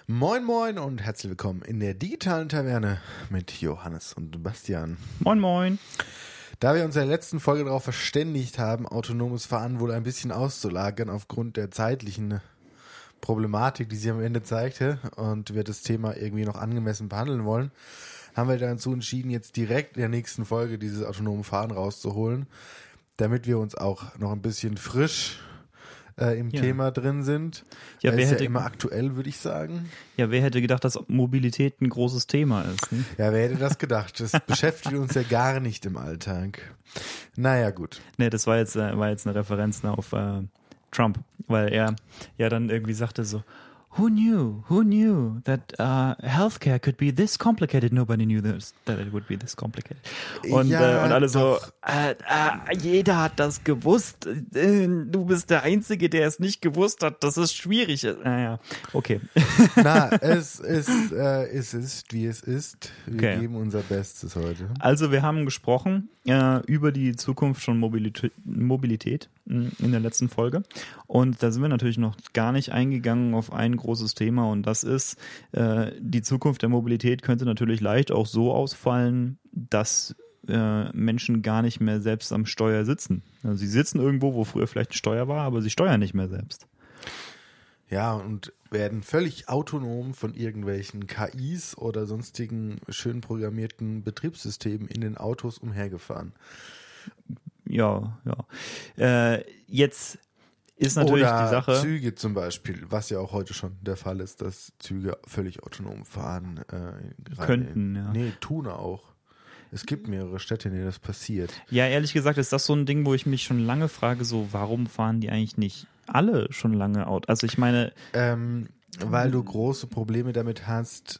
Moin moin und herzlich willkommen in der digitalen Taverne mit Johannes und Bastian. Moin moin. Da wir uns in der letzten Folge darauf verständigt haben, autonomes Fahren wohl ein bisschen auszulagern aufgrund der zeitlichen Problematik, die sich am Ende zeigte und wir das Thema irgendwie noch angemessen behandeln wollen, haben wir dazu entschieden, jetzt direkt in der nächsten Folge dieses autonome Fahren rauszuholen, damit wir uns auch noch ein bisschen frisch im Thema drin sind. Ja, wer ist hätte ja immer aktuell, würde ich sagen. Ja, wer hätte gedacht, dass Mobilität ein großes Thema ist? Ne? Ja, wer hätte das gedacht? Das beschäftigt uns ja gar nicht im Alltag. Naja, gut. Nee, das war jetzt eine Referenz auf Trump, weil er ja dann irgendwie sagte so, Who knew that healthcare could be this complicated? Nobody knew that it would be this complicated. Und, Ja, und alle so, doch. jeder hat das gewusst. Du bist der Einzige, der es nicht gewusst hat. Das ist schwierig. Naja, okay. Na, es ist, wie es ist. Wir geben unser Bestes heute. Also wir haben gesprochen über die Zukunft von Mobilität in der letzten Folge. Und da sind wir natürlich noch gar nicht eingegangen auf ein großes Thema, und das ist, die Zukunft der Mobilität könnte natürlich leicht auch so ausfallen, dass Menschen gar nicht mehr selbst am Steuer sitzen. Also sie sitzen irgendwo, wo früher vielleicht ein Steuer war, aber sie steuern nicht mehr selbst. Ja, und werden völlig autonom von irgendwelchen KIs oder sonstigen schön programmierten Betriebssystemen in den Autos umhergefahren. Ja. Jetzt ist natürlich oder die Sache. Züge zum Beispiel, was ja auch heute schon der Fall ist, dass Züge völlig autonom fahren. Könnten, ja. Nee, tun auch. Es gibt mehrere Städte, in denen das passiert. Ja, ehrlich gesagt ist das so ein Ding, wo ich mich schon lange frage, so warum fahren die eigentlich nicht alle schon lange Auto? Also ich meine... weil du große Probleme damit hast,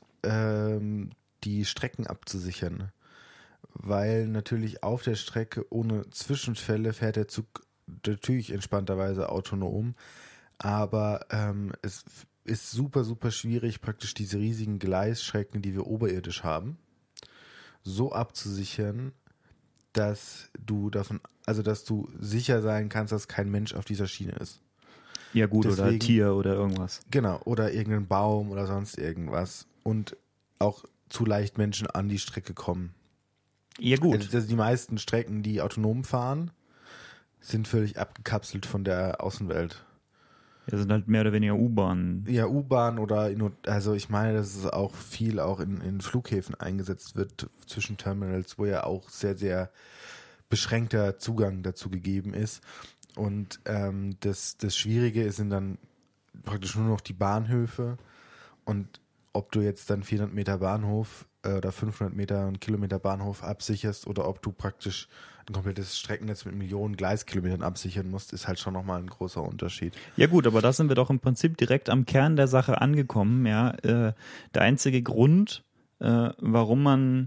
die Strecken abzusichern. Weil natürlich auf der Strecke ohne Zwischenfälle fährt der Zug natürlich entspannterweise autonom, aber es ist super, super schwierig, praktisch diese riesigen Gleisstrecken, die wir oberirdisch haben, so abzusichern, dass du sicher sein kannst, dass kein Mensch auf dieser Schiene ist. Ja gut, Deswegen, oder Tier oder irgendwas. Genau, oder irgendein Baum oder sonst irgendwas. Und auch zu leicht Menschen an die Strecke kommen. Ja gut. Also die meisten Strecken, die autonom fahren, sind völlig abgekapselt von der Außenwelt. Ja, sind halt mehr oder weniger U-Bahnen. Ja, U-Bahn oder, also ich meine, dass es auch viel auch in Flughäfen eingesetzt wird, zwischen Terminals, wo ja auch sehr, sehr beschränkter Zugang dazu gegeben ist. Und das Schwierige sind dann praktisch nur noch die Bahnhöfe, und ob du jetzt dann 400 Meter Bahnhof oder 500 Meter und Kilometer Bahnhof absicherst oder ob du praktisch ein komplettes Streckennetz mit Millionen Gleiskilometern absichern musst, ist halt schon nochmal ein großer Unterschied. Ja gut, aber da sind wir doch im Prinzip direkt am Kern der Sache angekommen. Ja, der einzige Grund, warum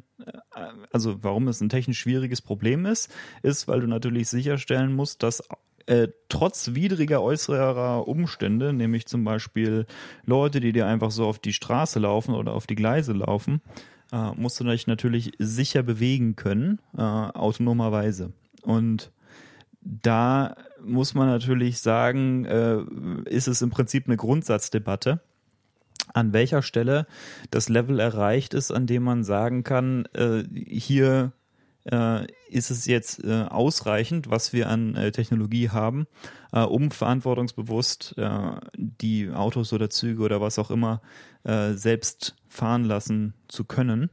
es ein technisch schwieriges Problem ist, weil du natürlich sicherstellen musst, dass trotz widriger äußerer Umstände, nämlich zum Beispiel Leute, die dir einfach so auf die Straße laufen oder auf die Gleise laufen, musst du dich natürlich sicher bewegen können, autonomerweise. Und da muss man natürlich sagen, ist es im Prinzip eine Grundsatzdebatte, an welcher Stelle das Level erreicht ist, an dem man sagen kann, hier ist es jetzt ausreichend, was wir an Technologie haben, um verantwortungsbewusst die Autos oder Züge oder was auch immer selbst fahren lassen zu können.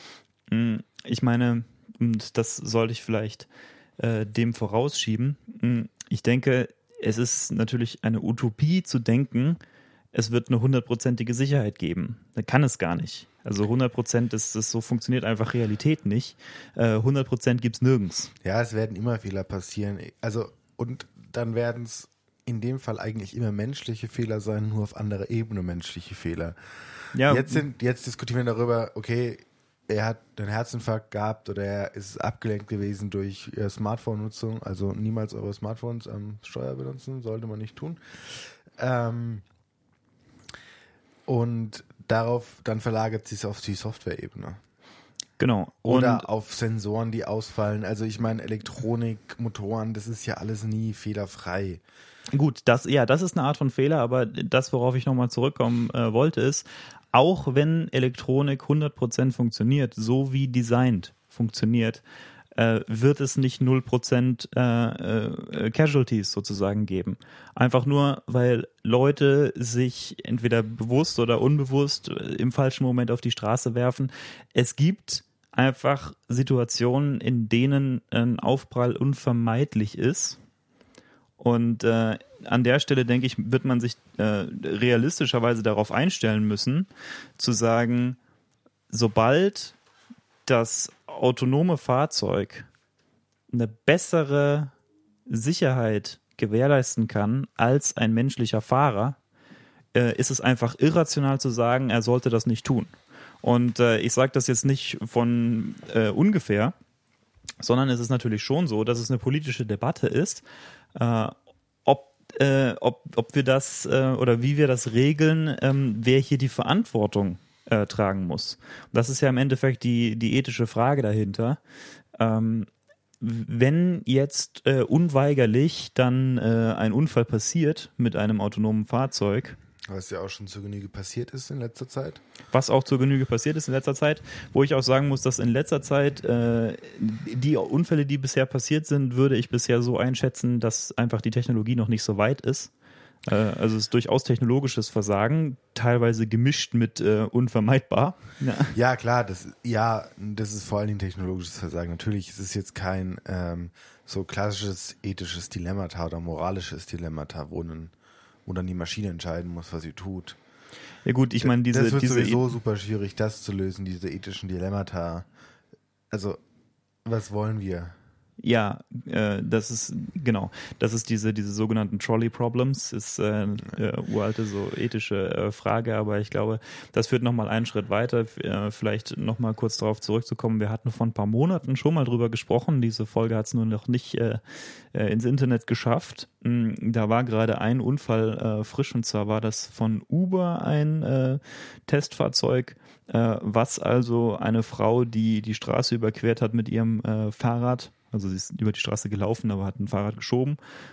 Ich meine, und das sollte ich vielleicht dem vorausschieben, ich denke, es ist natürlich eine Utopie zu denken, es wird eine 100%ige Sicherheit geben. Da kann es gar nicht. Also 100% so funktioniert einfach Realität nicht. 100% gibt es nirgends. Ja, es werden immer Fehler passieren. Also, und dann werden es in dem Fall eigentlich immer menschliche Fehler sein, nur auf anderer Ebene menschliche Fehler. Ja. Jetzt diskutieren wir darüber, okay, er hat einen Herzinfarkt gehabt oder er ist abgelenkt gewesen durch Smartphone-Nutzung. Also niemals eure Smartphones am Steuer benutzen, sollte man nicht tun. Und darauf dann verlagert sich es auf die Software-Ebene. Genau. Oder auf Sensoren, die ausfallen. Also ich meine, Elektronik, Motoren, das ist ja alles nie fehlerfrei. Gut, das ist eine Art von Fehler, aber das, worauf ich nochmal zurückkommen wollte, ist, auch wenn Elektronik 100% funktioniert, so wie designt funktioniert, wird es nicht 0% Casualties sozusagen geben. Einfach nur, weil Leute sich entweder bewusst oder unbewusst im falschen Moment auf die Straße werfen. Es gibt einfach Situationen, in denen ein Aufprall unvermeidlich ist. Und an der Stelle, denke ich, wird man sich realistischerweise darauf einstellen müssen, zu sagen, sobald das autonome Fahrzeug eine bessere Sicherheit gewährleisten kann als ein menschlicher Fahrer, ist es einfach irrational zu sagen, er sollte das nicht tun. Und ich sage das jetzt nicht von ungefähr, sondern es ist natürlich schon so, dass es eine politische Debatte ist, ob wir das oder wie wir das regeln, wer hier die Verantwortung tragen muss. Und das ist ja im Endeffekt die ethische Frage dahinter. Wenn jetzt unweigerlich dann ein Unfall passiert mit einem autonomen Fahrzeug, Was ja auch schon zur Genüge passiert ist in letzter Zeit. was auch zur Genüge passiert ist in letzter Zeit, wo ich auch sagen muss, dass in letzter Zeit die Unfälle, die bisher passiert sind, würde ich bisher so einschätzen, dass einfach die Technologie noch nicht so weit ist. Also es ist durchaus technologisches Versagen, teilweise gemischt mit unvermeidbar. Ja. Ja, klar, das ist vor allen Dingen technologisches Versagen. Natürlich ist es jetzt kein so klassisches ethisches Dilemmata oder moralisches Dilemmata, wo dann die Maschine entscheiden muss, was sie tut. Ja gut, ich meine, das wird sowieso super schwierig, das zu lösen, diese ethischen Dilemmata. Also, was wollen wir? Ja, das ist diese sogenannten Trolley Problems, ist eine uralte so ethische Frage, aber ich glaube, das führt nochmal einen Schritt weiter, vielleicht nochmal kurz darauf zurückzukommen. Wir hatten vor ein paar Monaten schon mal drüber gesprochen, diese Folge hat es nur noch nicht ins Internet geschafft. Da war gerade ein Unfall frisch, und zwar war das von Uber ein Testfahrzeug, was also eine Frau, die die Straße überquert hat mit ihrem Fahrrad, also sie ist über die Straße gelaufen, aber hat ein Fahrrad geschoben,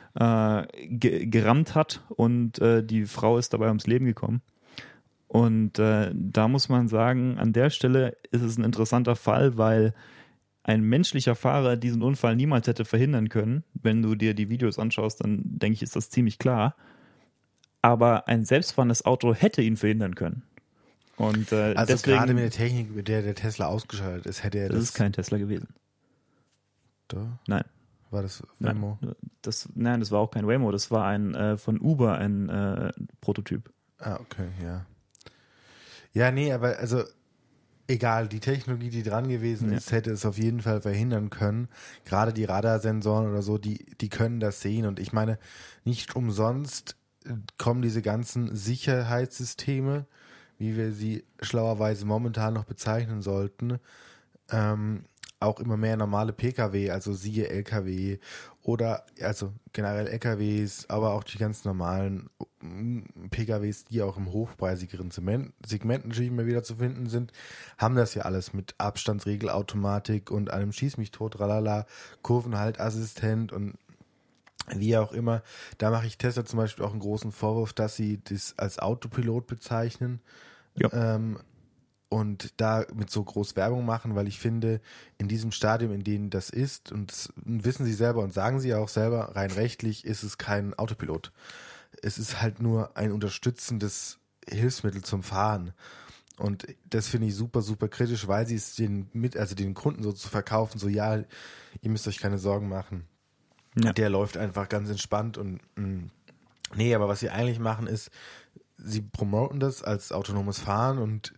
gerammt hat, und die Frau ist dabei ums Leben gekommen. Und da muss man sagen, an der Stelle ist es ein interessanter Fall, weil ein menschlicher Fahrer diesen Unfall niemals hätte verhindern können. Wenn du dir die Videos anschaust, dann denke ich, ist das ziemlich klar. Aber ein selbstfahrendes Auto hätte ihn verhindern können. Und Also deswegen, gerade mit der Technik, mit der Tesla ausgeschaltet ist, hätte er das ist kein Tesla gewesen. Da? Nein. War das Waymo? Nein, das war auch kein Waymo, das war ein von Uber ein Prototyp. Ah, okay, ja. Ja, nee, aber also egal, die Technologie, die dran gewesen ist, hätte es auf jeden Fall verhindern können. Gerade die Radarsensoren oder so, die können das sehen. Und ich meine, nicht umsonst kommen diese ganzen Sicherheitssysteme, wie wir sie schlauerweise momentan noch bezeichnen sollten, auch immer mehr normale Pkw, also siehe Lkw oder also generell Lkws, aber auch die ganz normalen Pkws, die auch im hochpreisigeren Segment natürlich immer wieder zu finden sind, haben das ja alles mit Abstandsregelautomatik und einem Schieß mich tot, tralala, Kurvenhaltassistent und wie auch immer. Da mache ich Tesla zum Beispiel auch einen großen Vorwurf, dass sie das als Autopilot bezeichnen. Ja. Und da mit so groß Werbung machen, weil ich finde, in diesem Stadium, in dem das ist, und das wissen sie selber und sagen sie auch selber, rein rechtlich ist es kein Autopilot. Es ist halt nur ein unterstützendes Hilfsmittel zum Fahren. Und das finde ich super, super kritisch, weil sie es den Kunden so zu verkaufen, so ja, ihr müsst euch keine Sorgen machen. Ja. Der läuft einfach ganz entspannt und nee, aber was sie eigentlich machen ist, sie promoten das als autonomes Fahren und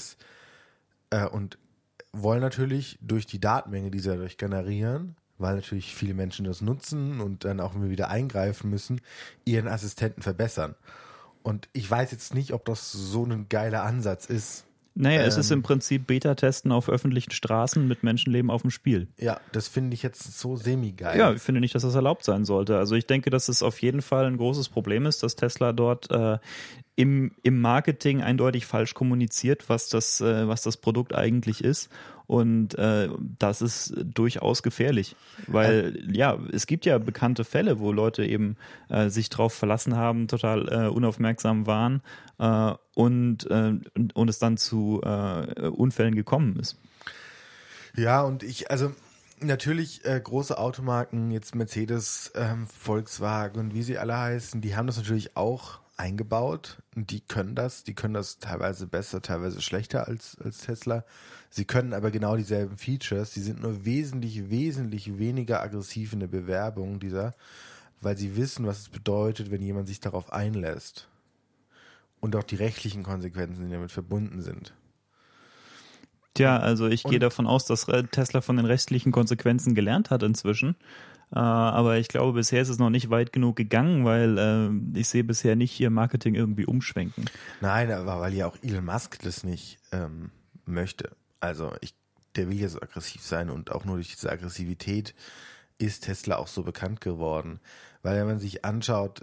und wollen natürlich durch die Datenmenge, die sie dadurch generieren, weil natürlich viele Menschen das nutzen und dann auch immer wieder eingreifen müssen, ihren Assistenten verbessern. Und ich weiß jetzt nicht, ob das so ein geiler Ansatz ist. Naja, es ist im Prinzip Beta-Testen auf öffentlichen Straßen mit Menschenleben auf dem Spiel. Ja, das finde ich jetzt so semi-geil. Ja, ich finde nicht, dass das erlaubt sein sollte. Also ich denke, dass es auf jeden Fall ein großes Problem ist, dass Tesla dort im Marketing eindeutig falsch kommuniziert, was das Produkt eigentlich ist. Und das ist durchaus gefährlich, weil es gibt ja bekannte Fälle, wo Leute eben sich drauf verlassen haben, total unaufmerksam waren und es dann zu Unfällen gekommen ist. Ja, und also natürlich große Automarken, jetzt Mercedes, Volkswagen und wie sie alle heißen, die haben das natürlich auch eingebaut und die können das teilweise besser, teilweise schlechter als Tesla. Sie können aber genau dieselben Features, die sind nur wesentlich weniger aggressiv in der Bewerbung weil sie wissen, was es bedeutet, wenn jemand sich darauf einlässt und auch die rechtlichen Konsequenzen, die damit verbunden sind. Tja, also ich gehe davon aus, dass Tesla von den rechtlichen Konsequenzen gelernt hat inzwischen. Aber ich glaube, bisher ist es noch nicht weit genug gegangen, weil ich sehe bisher nicht ihr Marketing irgendwie umschwenken. Nein, aber weil ja auch Elon Musk das nicht möchte. Also der will ja so aggressiv sein und auch nur durch diese Aggressivität ist Tesla auch so bekannt geworden. Weil wenn man sich anschaut,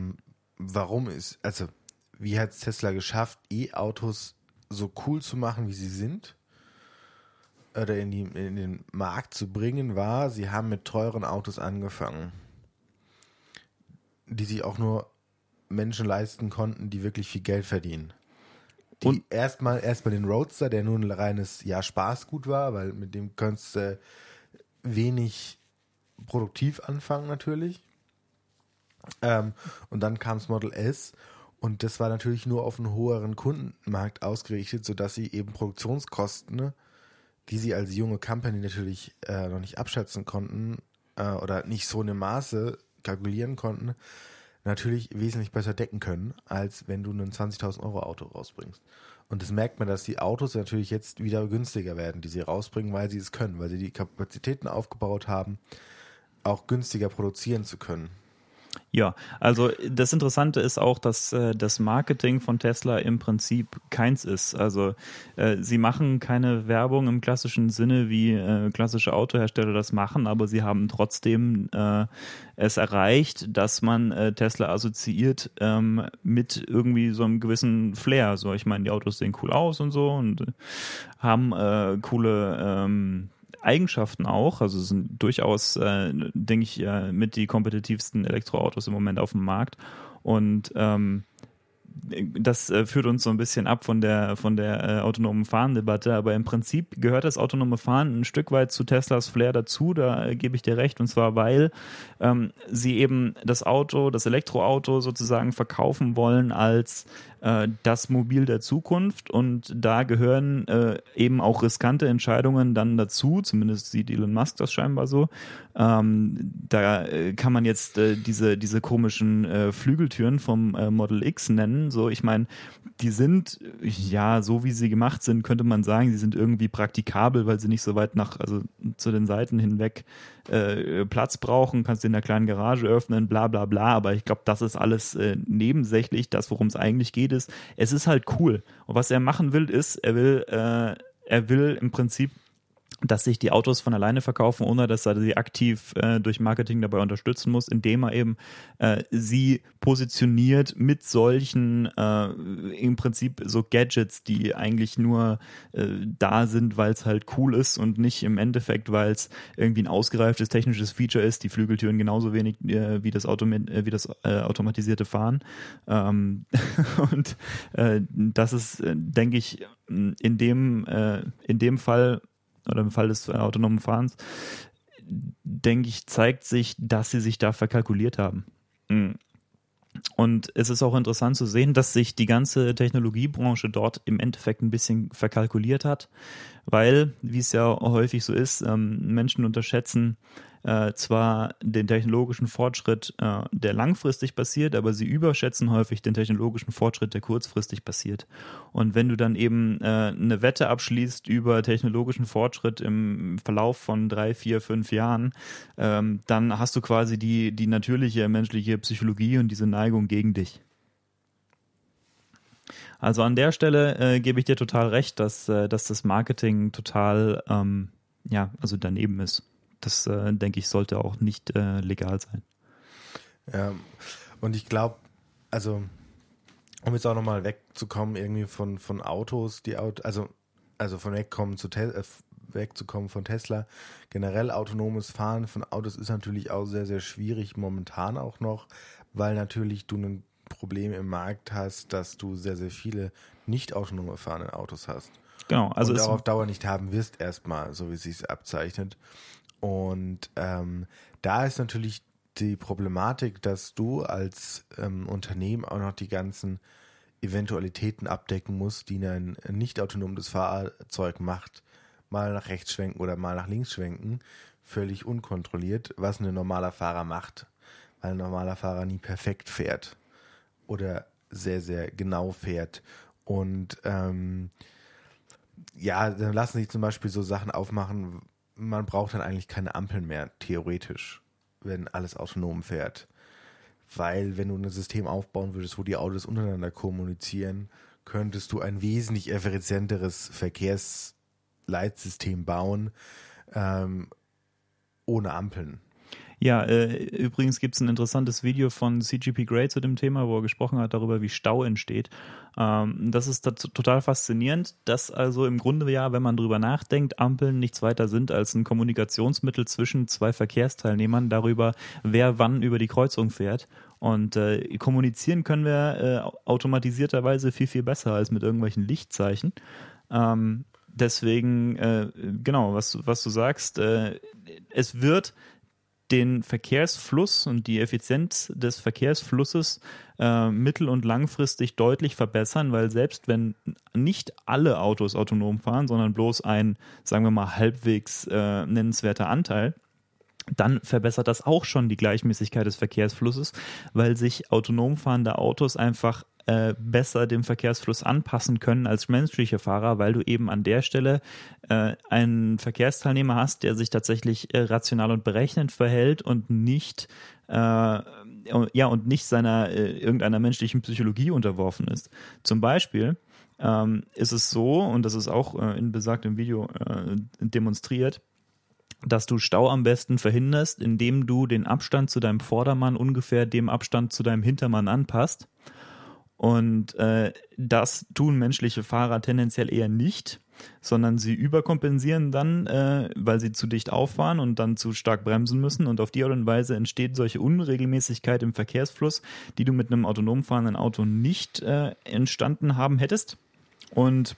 wie hat es Tesla geschafft, E-Autos so cool zu machen, wie sie sind, oder in den Markt zu bringen, sie haben mit teuren Autos angefangen, die sich auch nur Menschen leisten konnten, die wirklich viel Geld verdienen. Und erstmal den Roadster, der nur ein reines Spaßgut war, weil mit dem konntest du wenig produktiv anfangen natürlich. Und dann kam das Model S und das war natürlich nur auf einen höheren Kundenmarkt ausgerichtet, sodass sie eben Produktionskosten, die sie als junge Company natürlich noch nicht abschätzen konnten oder nicht so in einem Maße kalkulieren konnten, natürlich wesentlich besser decken können, als wenn du ein 20.000 Euro Auto rausbringst. Und das merkt man, dass die Autos natürlich jetzt wieder günstiger werden, die sie rausbringen, weil sie es können, weil sie die Kapazitäten aufgebaut haben, auch günstiger produzieren zu können. Ja, also das Interessante ist auch, dass das Marketing von Tesla im Prinzip keins ist. Also sie machen keine Werbung im klassischen Sinne, wie klassische Autohersteller das machen, aber sie haben trotzdem es erreicht, dass man Tesla assoziiert mit irgendwie so einem gewissen Flair. So, ich meine, die Autos sehen cool aus und so und haben coole Eigenschaften auch, also sind durchaus, denke ich, mit die kompetitivsten Elektroautos im Moment auf dem Markt und das führt uns so ein bisschen ab von der autonomen Fahren-Debatte, aber im Prinzip gehört das autonome Fahren ein Stück weit zu Teslas Flair dazu, da gebe ich dir recht, und zwar weil sie eben das Elektroauto sozusagen verkaufen wollen als das Mobil der Zukunft und da gehören eben auch riskante Entscheidungen dann dazu, zumindest sieht Elon Musk das scheinbar so. Da kann man jetzt diese komischen Flügeltüren vom Model X nennen. So, ich meine, die sind, ja, so wie sie gemacht sind, könnte man sagen, sie sind irgendwie praktikabel, weil sie nicht so weit also zu den Seiten hinweg Platz brauchen, kannst du in der kleinen Garage öffnen, bla bla bla, aber ich glaube, das ist alles nebensächlich. Das, worum es eigentlich geht, ist, es ist halt cool. Und was er machen will, ist, er will im Prinzip, dass sich die Autos von alleine verkaufen, ohne dass er sie aktiv durch Marketing dabei unterstützen muss, indem er eben sie positioniert mit solchen im Prinzip so Gadgets, die eigentlich nur da sind, weil es halt cool ist und nicht im Endeffekt, weil es irgendwie ein ausgereiftes technisches Feature ist, die Flügeltüren genauso wenig wie das automatisierte Fahren. Und das ist, denke ich, in dem Fall oder im Fall des autonomen Fahrens, denke ich, zeigt sich, dass sie sich da verkalkuliert haben. Und es ist auch interessant zu sehen, dass sich die ganze Technologiebranche dort im Endeffekt ein bisschen verkalkuliert hat, weil, wie es ja häufig so ist, Menschen unterschätzen zwar den technologischen Fortschritt, der langfristig passiert, aber sie überschätzen häufig den technologischen Fortschritt, der kurzfristig passiert. Und wenn du dann eben eine Wette abschließt über technologischen Fortschritt im Verlauf von 3, 4, 5 Jahren, dann hast du quasi die natürliche menschliche Psychologie und diese Neigung gegen dich. Also an der Stelle gebe ich dir total recht, dass das Marketing total also daneben ist. Das, denke ich, sollte auch nicht legal sein. Ja, und ich glaube, also um jetzt auch nochmal wegzukommen irgendwie von Autos, also von wegkommen wegzukommen von Tesla. Generell autonomes Fahren von Autos ist natürlich auch sehr, sehr schwierig, momentan auch noch, weil natürlich du ein Problem im Markt hast, dass du sehr, sehr viele nicht autonome fahrende Autos hast. Genau, also und auch auf Dauer nicht haben wirst erstmal, so wie es sich abzeichnet. Und da ist natürlich die Problematik, dass du als Unternehmen auch noch die ganzen Eventualitäten abdecken musst, die ein nicht autonomes Fahrzeug macht. Mal nach rechts schwenken oder mal nach links schwenken, völlig unkontrolliert, was ein normaler Fahrer macht, weil ein normaler Fahrer nie perfekt fährt oder sehr, sehr genau fährt. Und ja, dann lassen sich zum Beispiel so Sachen aufmachen, man braucht dann eigentlich keine Ampeln mehr, theoretisch, wenn alles autonom fährt. Weil wenn du ein System aufbauen würdest, wo die Autos untereinander kommunizieren, könntest du ein wesentlich effizienteres Verkehrsleitsystem bauen, ohne Ampeln. Ja, übrigens gibt es ein interessantes Video von CGP Grey zu dem Thema, wo er gesprochen hat darüber, wie Stau entsteht. Das ist total faszinierend, dass also im Grunde ja, wenn man drüber nachdenkt, Ampeln nichts weiter sind als ein Kommunikationsmittel zwischen zwei Verkehrsteilnehmern darüber, wer wann über die Kreuzung fährt. Und kommunizieren können wir automatisierterweise viel, viel besser als mit irgendwelchen Lichtzeichen. Deswegen, genau, was du sagst, es wird den Verkehrsfluss und die Effizienz des Verkehrsflusses mittel- und langfristig deutlich verbessern, weil selbst wenn nicht alle Autos autonom fahren, sondern bloß ein, sagen wir mal, halbwegs nennenswerter Anteil, dann verbessert das auch schon die Gleichmäßigkeit des Verkehrsflusses, weil sich autonom fahrende Autos einfach besser dem Verkehrsfluss anpassen können als menschliche Fahrer, weil du eben an der Stelle einen Verkehrsteilnehmer hast, der sich tatsächlich rational und berechnend verhält und nicht und nicht seiner irgendeiner menschlichen Psychologie unterworfen ist. Zum Beispiel ist es so, und das ist auch in besagtem Video demonstriert, dass du Stau am besten verhinderst, indem du den Abstand zu deinem Vordermann ungefähr dem Abstand zu deinem Hintermann anpasst. Und das tun menschliche Fahrer tendenziell eher nicht, sondern sie überkompensieren dann, weil sie zu dicht auffahren und dann zu stark bremsen müssen. Und auf die Art und Weise entsteht solche Unregelmäßigkeit im Verkehrsfluss, die du mit einem autonom fahrenden Auto nicht entstanden haben hättest. Und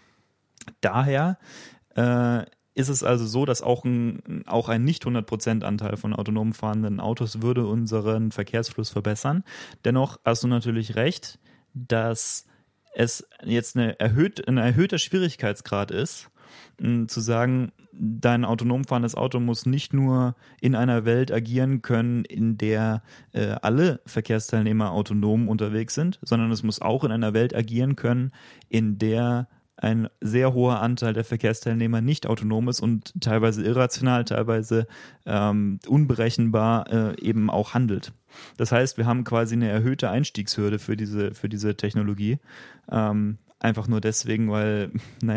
daher ist es also so, dass auch ein nicht 100% Anteil von autonom fahrenden Autos würde unseren Verkehrsfluss verbessern. Dennoch hast du natürlich recht, dass es jetzt ein erhöhter Schwierigkeitsgrad ist, zu sagen, dein autonom fahrendes Auto muss nicht nur in einer Welt agieren können, in der alle Verkehrsteilnehmer autonom unterwegs sind, sondern es muss auch in einer Welt agieren können, in der ein sehr hoher Anteil der Verkehrsteilnehmer nicht autonom ist und teilweise irrational, teilweise unberechenbar eben auch handelt. Das heißt, wir haben quasi eine erhöhte Einstiegshürde für diese Technologie. Einfach nur deswegen, weil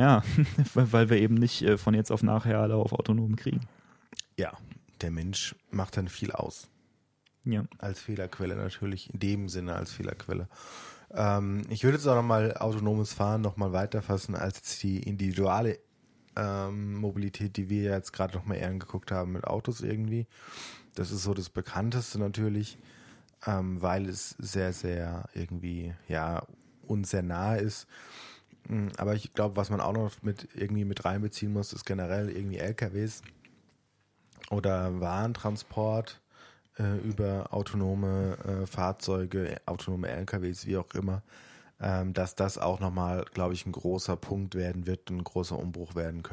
wir eben nicht von jetzt auf nachher alle auf autonom kriegen. Ja, der Mensch macht dann viel aus. Ja. Als Fehlerquelle natürlich, in dem Sinne als Fehlerquelle. Ich würde jetzt auch nochmal autonomes Fahren nochmal weiterfassen als die individuelle Mobilität, die wir jetzt gerade nochmal eher angeguckt haben mit Autos irgendwie. Das ist so das Bekannteste natürlich, weil es sehr, sehr irgendwie, ja, uns sehr nahe ist. Aber ich glaube, was man auch noch mit reinbeziehen muss, ist generell irgendwie LKWs oder Warentransport über autonome Fahrzeuge, autonome LKWs, wie auch immer, dass das auch nochmal, glaube ich, ein großer Punkt werden wird, ein großer Umbruch werden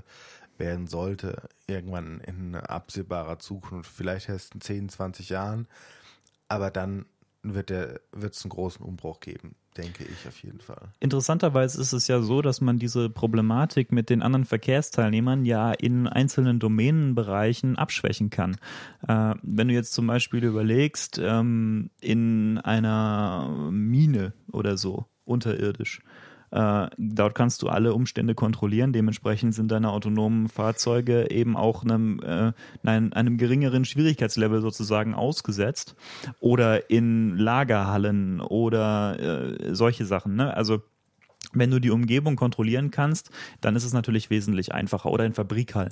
sollte, irgendwann in absehbarer Zukunft, vielleicht erst in 10, 20 Jahren, aber dann wird es einen großen Umbruch geben, denke ich auf jeden Fall. Interessanterweise ist es ja so, dass man diese Problematik mit den anderen Verkehrsteilnehmern ja in einzelnen Domänenbereichen abschwächen kann. Wenn du jetzt zum Beispiel überlegst, in einer Mine oder so, unterirdisch, dort kannst du alle Umstände kontrollieren, dementsprechend sind deine autonomen Fahrzeuge eben auch einem geringeren Schwierigkeitslevel sozusagen ausgesetzt, oder in Lagerhallen oder solche Sachen, ne? Also Wenn du die Umgebung kontrollieren kannst, dann ist es natürlich wesentlich einfacher. Oder in Fabrikhallen.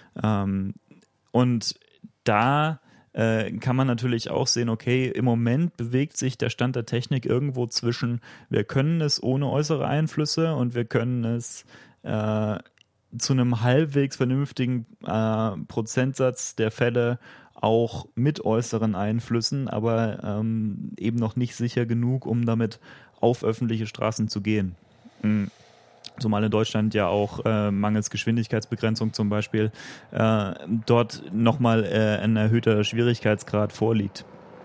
Und da kann man natürlich auch sehen, okay, im Moment bewegt sich der Stand der Technik irgendwo zwischen, wir können es ohne äußere Einflüsse und wir können es zu einem halbwegs vernünftigen Prozentsatz der Fälle auch mit äußeren Einflüssen, aber eben noch nicht sicher genug, um damit auf öffentliche Straßen zu gehen. Zumal in Deutschland ja auch mangels Geschwindigkeitsbegrenzung zum Beispiel dort nochmal ein erhöhter Schwierigkeitsgrad vorliegt.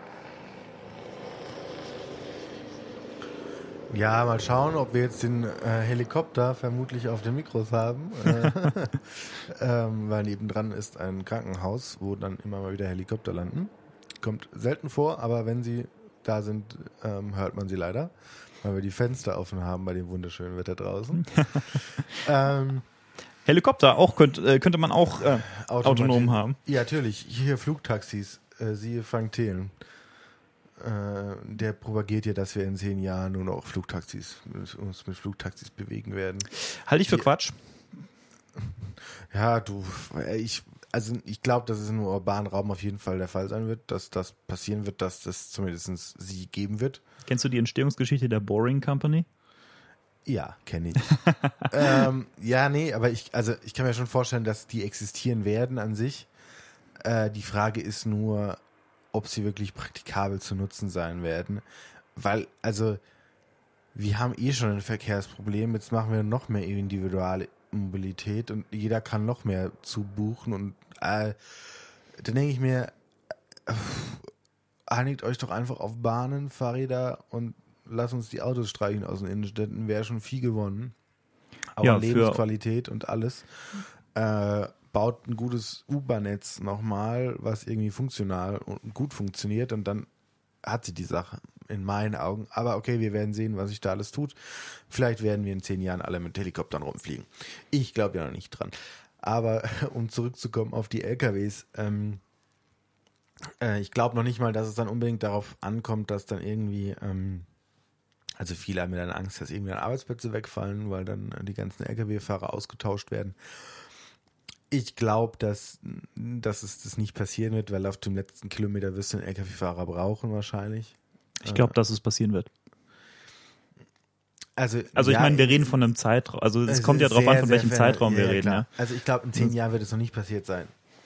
Ja, mal schauen, ob wir jetzt den Helikopter vermutlich auf den Mikros haben, weil nebendran ist ein Krankenhaus, wo dann immer mal wieder Helikopter landen. Kommt selten vor, aber wenn sie da sind, hört man sie leider, weil wir die Fenster offen haben bei dem wunderschönen Wetter draußen. Helikopter auch könnte man auch autonom haben. Ja, natürlich. Hier Flugtaxis, siehe Frank Thelen. Der propagiert ja, dass wir in 10 Jahren nur noch uns mit Flugtaxis bewegen werden. Halte ich für Quatsch. Ja, ich glaube, dass es im urbanen Raum auf jeden Fall der Fall sein wird, dass das passieren wird, dass das zumindest sie geben wird. Kennst du die Entstehungsgeschichte der Boring Company? Ja, kenne ich. Ja, nee, aber ich kann mir schon vorstellen, dass die existieren werden an sich. Die Frage ist nur, ob sie wirklich praktikabel zu nutzen sein werden. Weil, wir haben schon ein Verkehrsproblem, jetzt machen wir noch mehr individuelle Mobilität und jeder kann noch mehr zubuchen und dann denke ich mir, einigt euch doch einfach auf Bahnen, Fahrräder und lasst uns die Autos streichen aus den Innenstädten, wäre schon viel gewonnen. Aber ja, Lebensqualität und alles. Baut ein gutes U-Bahn-Netz nochmal, was irgendwie funktional und gut funktioniert und dann hat sie die Sache in meinen Augen. Aber okay, wir werden sehen, was sich da alles tut. Vielleicht werden wir in 10 Jahren alle mit Helikoptern rumfliegen. Ich glaube ja noch nicht dran. Aber um zurückzukommen auf die LKWs, ich glaube noch nicht mal, dass es dann unbedingt darauf ankommt, dass dann irgendwie, viele haben ja dann Angst, dass irgendwie Arbeitsplätze wegfallen, weil dann die ganzen LKW-Fahrer ausgetauscht werden. Ich glaube, dass es das nicht passieren wird, weil auf dem letzten Kilometer wirst du einen LKW-Fahrer brauchen wahrscheinlich. Ich glaube, dass es passieren wird. Also ich meine, wir reden von einem Zeitraum. Also es kommt ja darauf an, von welchem Zeitraum wir reden. Ja. Also ich glaube, in 10 Jahren wird es noch nicht passiert sein.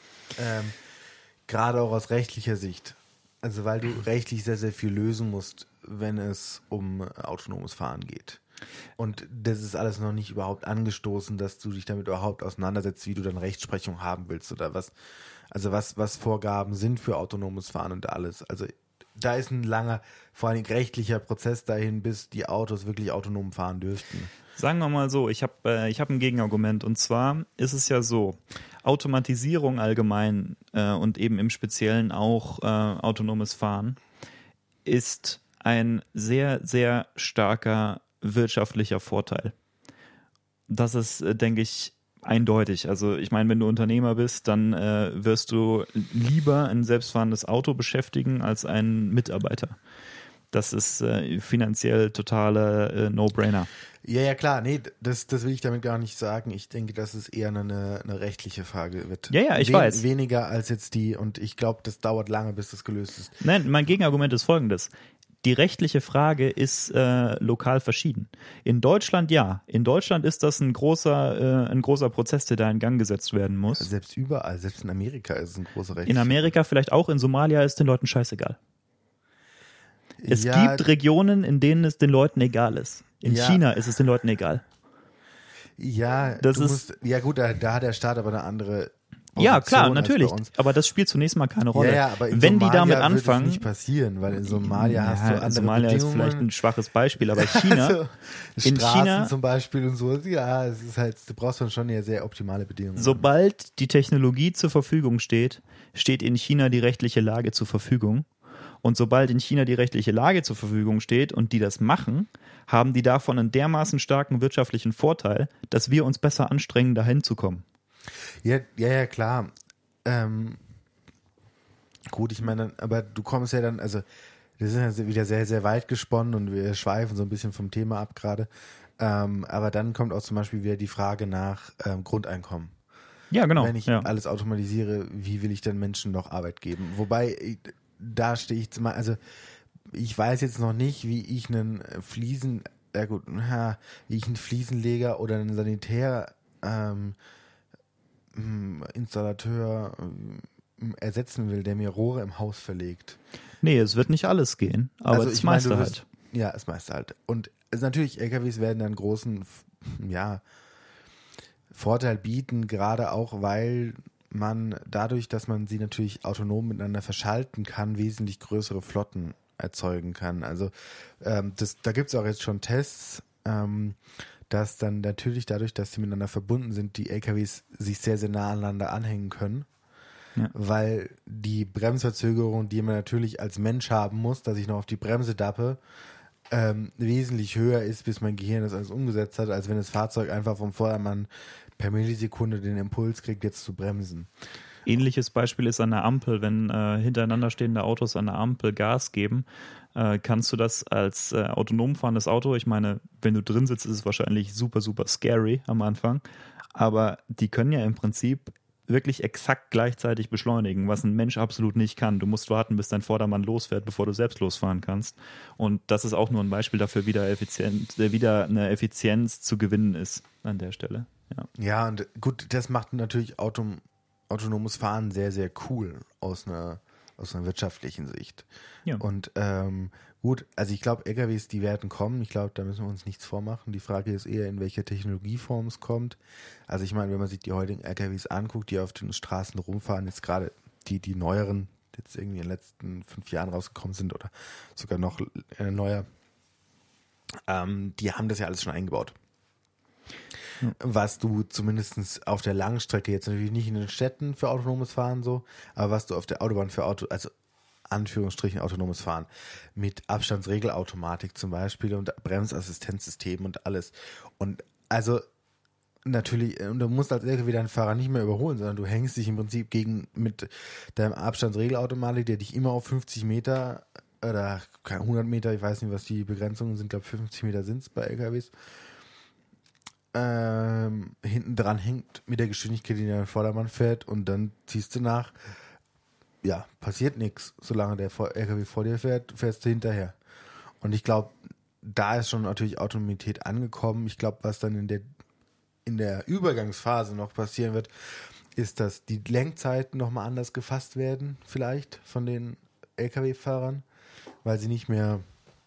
Gerade auch aus rechtlicher Sicht. Also weil du rechtlich sehr, sehr viel lösen musst, wenn es um autonomes Fahren geht. Und das ist alles noch nicht überhaupt angestoßen, dass du dich damit überhaupt auseinandersetzt, wie du dann Rechtsprechung haben willst oder was Vorgaben sind für autonomes Fahren und alles. Also da ist ein langer, vor allem rechtlicher Prozess dahin, bis die Autos wirklich autonom fahren dürften. Sagen wir mal so, ich hab ein Gegenargument und zwar ist es ja so, Automatisierung allgemein und eben im Speziellen auch autonomes Fahren ist ein sehr, sehr starker wirtschaftlicher Vorteil. Das ist, denke ich, eindeutig. Also ich meine, wenn du Unternehmer bist, dann wirst du lieber ein selbstfahrendes Auto beschäftigen als einen Mitarbeiter. Das ist finanziell totaler No-Brainer. Ja, klar. Nee, das will ich damit gar nicht sagen. Ich denke, dass es eher eine rechtliche Frage wird. Ja, ich weiß. Weniger als jetzt die und ich glaube, das dauert lange, bis das gelöst ist. Nein, mein Gegenargument ist folgendes. Die rechtliche Frage ist lokal verschieden. In Deutschland ja. In Deutschland ist das ein großer Prozess, der da in Gang gesetzt werden muss. Selbst überall, selbst in Amerika ist es ein großer Recht. In Amerika vielleicht auch, in Somalia ist den Leuten scheißegal. Es gibt Regionen, in denen es den Leuten egal ist. In China ist es den Leuten egal. Ja, da hat der Staat aber eine andere Position. Ja, klar, natürlich. Aber das spielt zunächst mal keine Rolle. Ja, aber in wenn Somalia die damit anfangen, wird es nicht passieren, weil in Somalia hast du andere Somalia Bedingungen. Ist vielleicht ein schwaches Beispiel, aber China, also, in Straßen China zum Beispiel und so, ja, es ist halt, du brauchst dann schon ja sehr optimale Bedingungen. Sobald die Technologie zur Verfügung steht, steht in China die rechtliche Lage zur Verfügung. Und sobald in China die rechtliche Lage zur Verfügung steht und die das machen, haben die davon einen dermaßen starken wirtschaftlichen Vorteil, dass wir uns besser anstrengen, dahin zu kommen. Ja, klar. Gut, ich meine, aber du kommst ja dann, also das ist ja wieder sehr, sehr weit gesponnen und wir schweifen so ein bisschen vom Thema ab gerade. Aber dann kommt auch zum Beispiel wieder die Frage nach Grundeinkommen. Ja, genau. Wenn ich alles automatisiere, wie will ich denn Menschen noch Arbeit geben? Wobei, da stehe ich mal, also ich weiß jetzt noch nicht, wie ich einen wie ich einen Fliesenleger oder einen Sanitär Installateur ersetzen will, der mir Rohre im Haus verlegt. Nee, es wird nicht alles gehen, aber Also das ich meine, meiste halt. Ja, das meiste halt. Und natürlich, LKWs werden dann großen, Vorteil bieten, gerade auch, weil man dadurch, dass man sie natürlich autonom miteinander verschalten kann, wesentlich größere Flotten erzeugen kann. Also da gibt es auch jetzt schon Tests, dass dann natürlich dadurch, dass sie miteinander verbunden sind, die LKWs sich sehr, sehr nah aneinander anhängen können. Ja. Weil die Bremsverzögerung, die man natürlich als Mensch haben muss, dass ich noch auf die Bremse dappe, wesentlich höher ist, bis mein Gehirn das alles umgesetzt hat, als wenn das Fahrzeug einfach vom Vordermann per Millisekunde den Impuls kriegt, jetzt zu bremsen. Ähnliches Beispiel ist an der Ampel, wenn hintereinander stehende Autos an der Ampel Gas geben, kannst du das als autonom fahrendes Auto, ich meine, wenn du drin sitzt, ist es wahrscheinlich super, super scary am Anfang, aber die können ja im Prinzip wirklich exakt gleichzeitig beschleunigen, was ein Mensch absolut nicht kann. Du musst warten, bis dein Vordermann losfährt, bevor du selbst losfahren kannst. Und das ist auch nur ein Beispiel dafür, wieder eine Effizienz zu gewinnen ist an der Stelle. Ja, und gut, das macht natürlich autonomes Fahren sehr, sehr cool aus einer wirtschaftlichen Sicht. Ja. Und gut, also ich glaube, LKWs, die werden kommen. Ich glaube, da müssen wir uns nichts vormachen. Die Frage ist eher, in welcher Technologieform es kommt. Also ich meine, wenn man sich die heutigen LKWs anguckt, die auf den Straßen rumfahren, jetzt gerade die neueren, die jetzt irgendwie in den letzten 5 Jahren rausgekommen sind oder sogar noch neuer, die haben das ja alles schon eingebaut. Was du zumindest auf der langen Strecke, jetzt natürlich nicht in den Städten für autonomes Fahren so, aber was du auf der Autobahn für also Anführungsstrichen autonomes Fahren mit Abstandsregelautomatik zum Beispiel und Bremsassistenzsystem und alles. Und also natürlich, und du musst als LKW deinen Fahrer nicht mehr überholen, sondern du hängst dich im Prinzip mit deinem Abstandsregelautomatik, der dich immer auf 50 Meter oder 100 Meter, ich weiß nicht, was die Begrenzungen sind, ich glaube 50 Meter sind es bei LKWs, hinten dran hängt mit der Geschwindigkeit, die der Vordermann fährt und dann ziehst du nach. Ja, passiert nichts. Solange der LKW vor dir fährt, fährst du hinterher. Und ich glaube, da ist schon natürlich Autonomität angekommen. Ich glaube, was dann in der Übergangsphase noch passieren wird, ist, dass die Lenkzeiten nochmal anders gefasst werden, vielleicht von den LKW-Fahrern, weil sie nicht mehr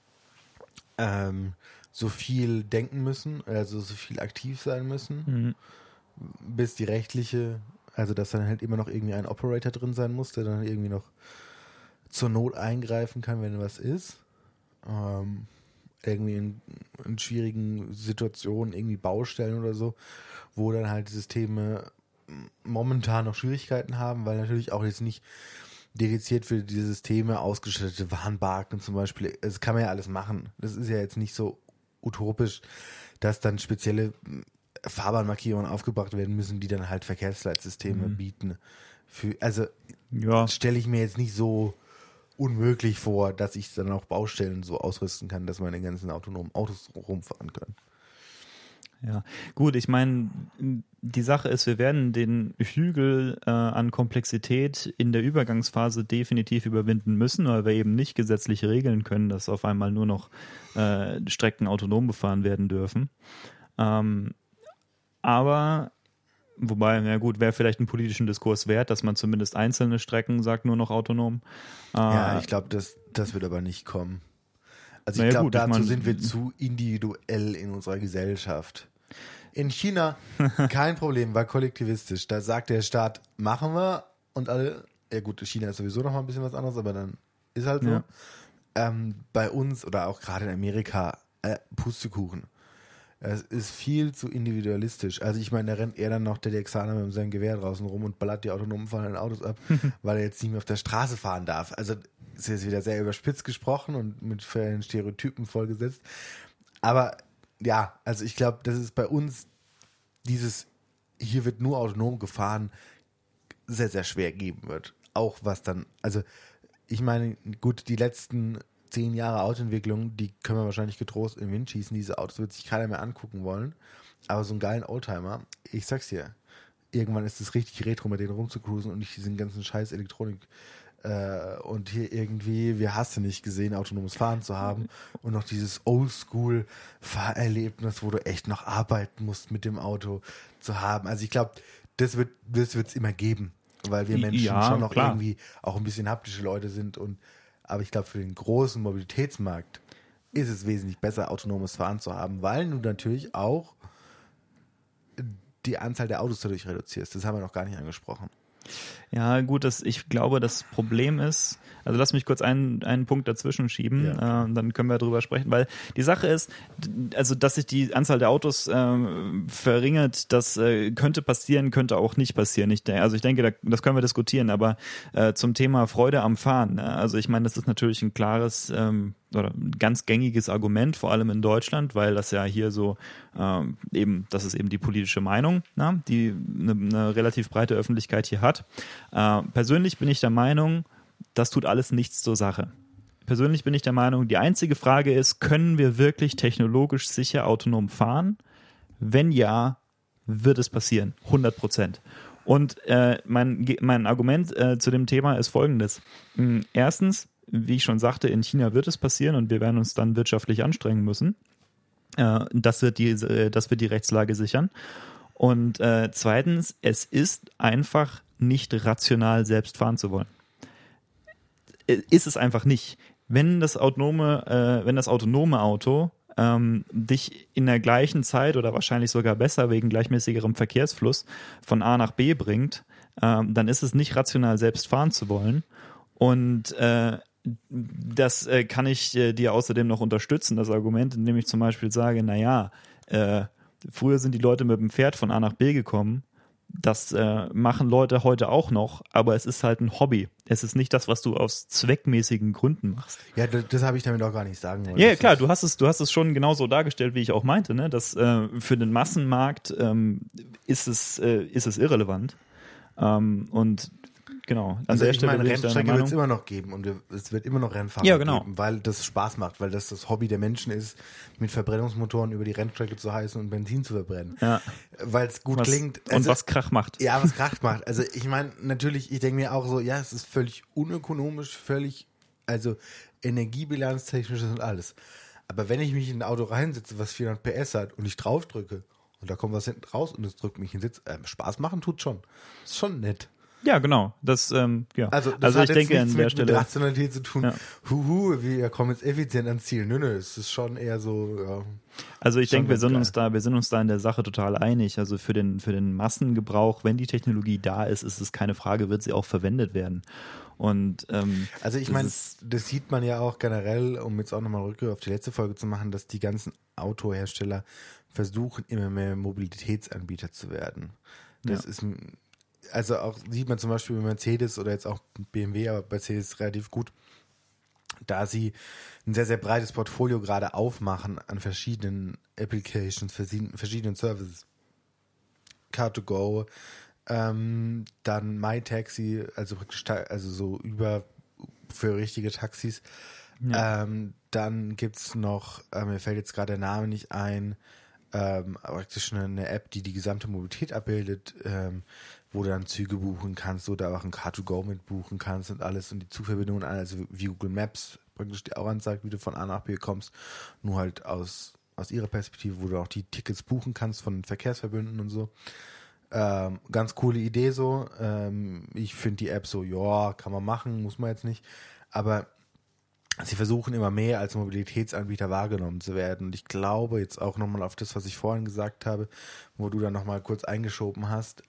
so viel denken müssen, also so viel aktiv sein müssen, bis die rechtliche, also dass dann halt immer noch irgendwie ein Operator drin sein muss, der dann irgendwie noch zur Not eingreifen kann, wenn was ist. Irgendwie in schwierigen Situationen, irgendwie Baustellen oder so, wo dann halt die Systeme momentan noch Schwierigkeiten haben, weil natürlich auch jetzt nicht dediziert für die Systeme ausgestattete Warnbarken zum Beispiel, das kann man ja alles machen. Das ist ja jetzt nicht so utopisch, dass dann spezielle Fahrbahnmarkierungen aufgebracht werden müssen, die dann halt Verkehrsleitsysteme bieten. Stelle ich mir jetzt nicht so unmöglich vor, dass ich dann auch Baustellen so ausrüsten kann, dass meine ganzen autonomen Autos rumfahren können. Ja, gut, ich meine, die Sache ist, wir werden den Hügel an Komplexität in der Übergangsphase definitiv überwinden müssen, weil wir eben nicht gesetzlich regeln können, dass auf einmal nur noch Strecken autonom befahren werden dürfen. Aber, wobei, na gut, wäre vielleicht einen politischen Diskurs wert, dass man zumindest einzelne Strecken sagt, nur noch autonom. Ja, ich glaube, das wird aber nicht kommen. Also ich glaube, dazu sind wir zu individuell in unserer Gesellschaft. In China kein Problem, war kollektivistisch. Da sagt der Staat, machen wir und alle, ja gut, China ist sowieso noch mal ein bisschen was anderes, aber dann ist halt so. Ja. Bei uns oder auch gerade in Amerika, Pustekuchen. Es ist viel zu individualistisch. Also ich meine, da rennt er dann noch der Texaner mit seinem Gewehr draußen rum und ballert die autonomen fahrenden Autos ab, weil er jetzt nicht mehr auf der Straße fahren darf. Also ist jetzt wieder sehr überspitzt gesprochen und mit vielen Stereotypen vollgesetzt. Aber ja, also ich glaube, dass es bei uns hier wird nur autonom gefahren, sehr, sehr schwer geben wird. Auch was dann, also ich meine, gut, die letzten 10 Jahre Autoentwicklung, die können wir wahrscheinlich getrost in den Wind schießen. Diese Autos wird sich keiner mehr angucken wollen. Aber so einen geilen Oldtimer, ich sag's dir, irgendwann ist es richtig retro, mit denen rumzucruisen und nicht diesen ganzen scheiß Elektronik und hier irgendwie, wir hast du nicht gesehen, autonomes Fahren zu haben und noch dieses Oldschool-Fahrerlebnis, wo du echt noch arbeiten musst mit dem Auto zu haben. Also ich glaube, das wird's immer geben, weil wir Menschen schon noch irgendwie auch ein bisschen haptische Leute sind aber ich glaube, für den großen Mobilitätsmarkt ist es wesentlich besser, autonomes Fahren zu haben, weil du natürlich auch die Anzahl der Autos dadurch reduzierst. Das haben wir noch gar nicht angesprochen. Ja, gut, ich glaube, das Problem ist, also lass mich kurz einen Punkt dazwischen schieben, dann können wir darüber sprechen, weil die Sache ist, also dass sich die Anzahl der Autos verringert, das könnte passieren, könnte auch nicht passieren. Ich denke, das können wir diskutieren, aber zum Thema Freude am Fahren, also ich meine, das ist natürlich ein klares oder ein ganz gängiges Argument, vor allem in Deutschland, weil das ja hier so das ist eben die politische Meinung, die eine relativ breite Öffentlichkeit hier hat. Persönlich bin ich der Meinung, das tut alles nichts zur Sache. Persönlich bin ich der Meinung, die einzige Frage ist, können wir wirklich technologisch sicher autonom fahren? Wenn ja, wird es passieren, 100%. Und mein Argument zu dem Thema ist folgendes. Erstens, wie ich schon sagte, in China wird es passieren und wir werden uns dann wirtschaftlich anstrengen müssen. Das wird die Rechtslage sichern. Und zweitens, es ist einfach nicht rational, selbst fahren zu wollen. Ist es einfach nicht. Wenn das autonome Auto dich in der gleichen Zeit oder wahrscheinlich sogar besser wegen gleichmäßigerem Verkehrsfluss von A nach B bringt, dann ist es nicht rational, selbst fahren zu wollen. Und das kann ich dir außerdem noch unterstützen, das Argument, indem ich zum Beispiel sage, früher sind die Leute mit dem Pferd von A nach B gekommen. Das machen Leute heute auch noch, aber es ist halt ein Hobby. Es ist nicht das, was du aus zweckmäßigen Gründen machst. Ja, das habe ich damit auch gar nicht sagen wollen. Ja, klar, du hast es schon genauso dargestellt, wie ich auch meinte, ne? Dass für den Massenmarkt ist es irrelevant. Und genau. Also ich meine, Rennstrecke wird es immer noch geben und es wird immer noch Rennfahrer geben, weil das Spaß macht, weil das Hobby der Menschen ist, mit Verbrennungsmotoren über die Rennstrecke zu heißen und Benzin zu verbrennen. Ja. Weil es gut klingt. Also, und was Krach macht. Ja, was Krach macht. Also ich meine, natürlich, ich denke mir auch so, ja, es ist völlig unökonomisch, also energiebilanztechnisch und alles. Aber wenn ich mich in ein Auto reinsetze, was 400 PS hat und ich drauf drücke und da kommt was hinten raus und es drückt mich in den Sitz, Spaß machen tut schon. Ist schon nett. Ja, genau. Das Also ich denke an der Stelle mit Rationalität zu tun. Ja. Wir kommen jetzt effizient ans Ziel. Nö, es ist schon eher so. Ja, also ich denke, wir sind uns da in der Sache total einig. Also für den Massengebrauch, wenn die Technologie da ist, ist es keine Frage, wird sie auch verwendet werden. Und also ich meine, das sieht man ja auch generell, um jetzt auch nochmal Rückgriff auf die letzte Folge zu machen, dass die ganzen Autohersteller versuchen, immer mehr Mobilitätsanbieter zu werden. Das ist also auch sieht man zum Beispiel bei Mercedes oder jetzt auch BMW, aber Mercedes relativ gut, da sie ein sehr, sehr breites Portfolio gerade aufmachen an verschiedenen Applications, verschiedenen Services. Car2Go, dann MyTaxi, also praktisch so für richtige Taxis. Ja. Dann gibt's noch, mir fällt jetzt gerade der Name nicht ein, praktisch eine App, die gesamte Mobilität abbildet, wo du dann Züge buchen kannst oder auch ein Car2Go mit buchen kannst und alles und die Zugverbindungen, also wie Google Maps praktisch dir auch anzeigt, wie du von A nach B kommst, nur halt aus ihrer Perspektive, wo du auch die Tickets buchen kannst von Verkehrsverbünden und so. Ganz coole Idee so. Ich finde die App so, ja, kann man machen, muss man jetzt nicht, aber sie versuchen immer mehr als Mobilitätsanbieter wahrgenommen zu werden. Und ich glaube jetzt auch nochmal auf das, was ich vorhin gesagt habe, wo du dann nochmal kurz eingeschoben hast.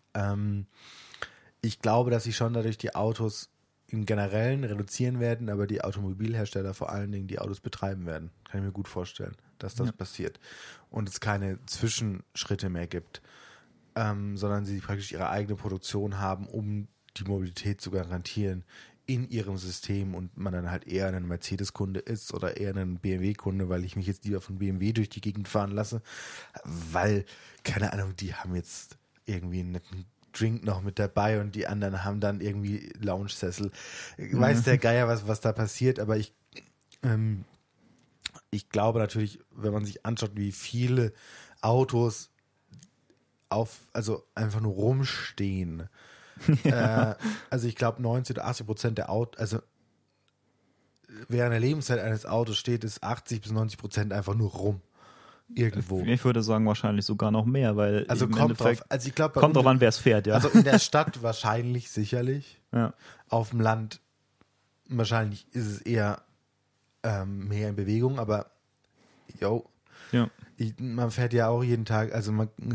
Ich glaube, dass sie schon dadurch die Autos im Generellen reduzieren werden, aber die Automobilhersteller vor allen Dingen die Autos betreiben werden. Kann ich mir gut vorstellen, dass das passiert. Und es keine Zwischenschritte mehr gibt, sondern sie praktisch ihre eigene Produktion haben, um die Mobilität zu garantieren in ihrem System und man dann halt eher ein Mercedes-Kunde ist oder eher ein BMW-Kunde, weil ich mich jetzt lieber von BMW durch die Gegend fahren lasse, weil, keine Ahnung, die haben jetzt irgendwie einen netten Drink noch mit dabei und die anderen haben dann irgendwie Lounge-Sessel. Weiß der Geier, was da passiert, aber Ich glaube natürlich, wenn man sich anschaut, wie viele Autos also einfach nur rumstehen. Also ich glaube 90 oder 80% der Autos, also während der Lebenszeit eines Autos steht es 80-90% einfach nur rum. Irgendwo. Ich würde sagen, wahrscheinlich sogar noch mehr, weil Also im kommt Endeffekt drauf. Also ich glaube, kommt drauf an, wer es fährt, ja. Also in der Stadt wahrscheinlich, sicherlich. Ja. Auf dem Land wahrscheinlich ist es eher mehr in Bewegung, aber ja. Man fährt ja auch jeden Tag, also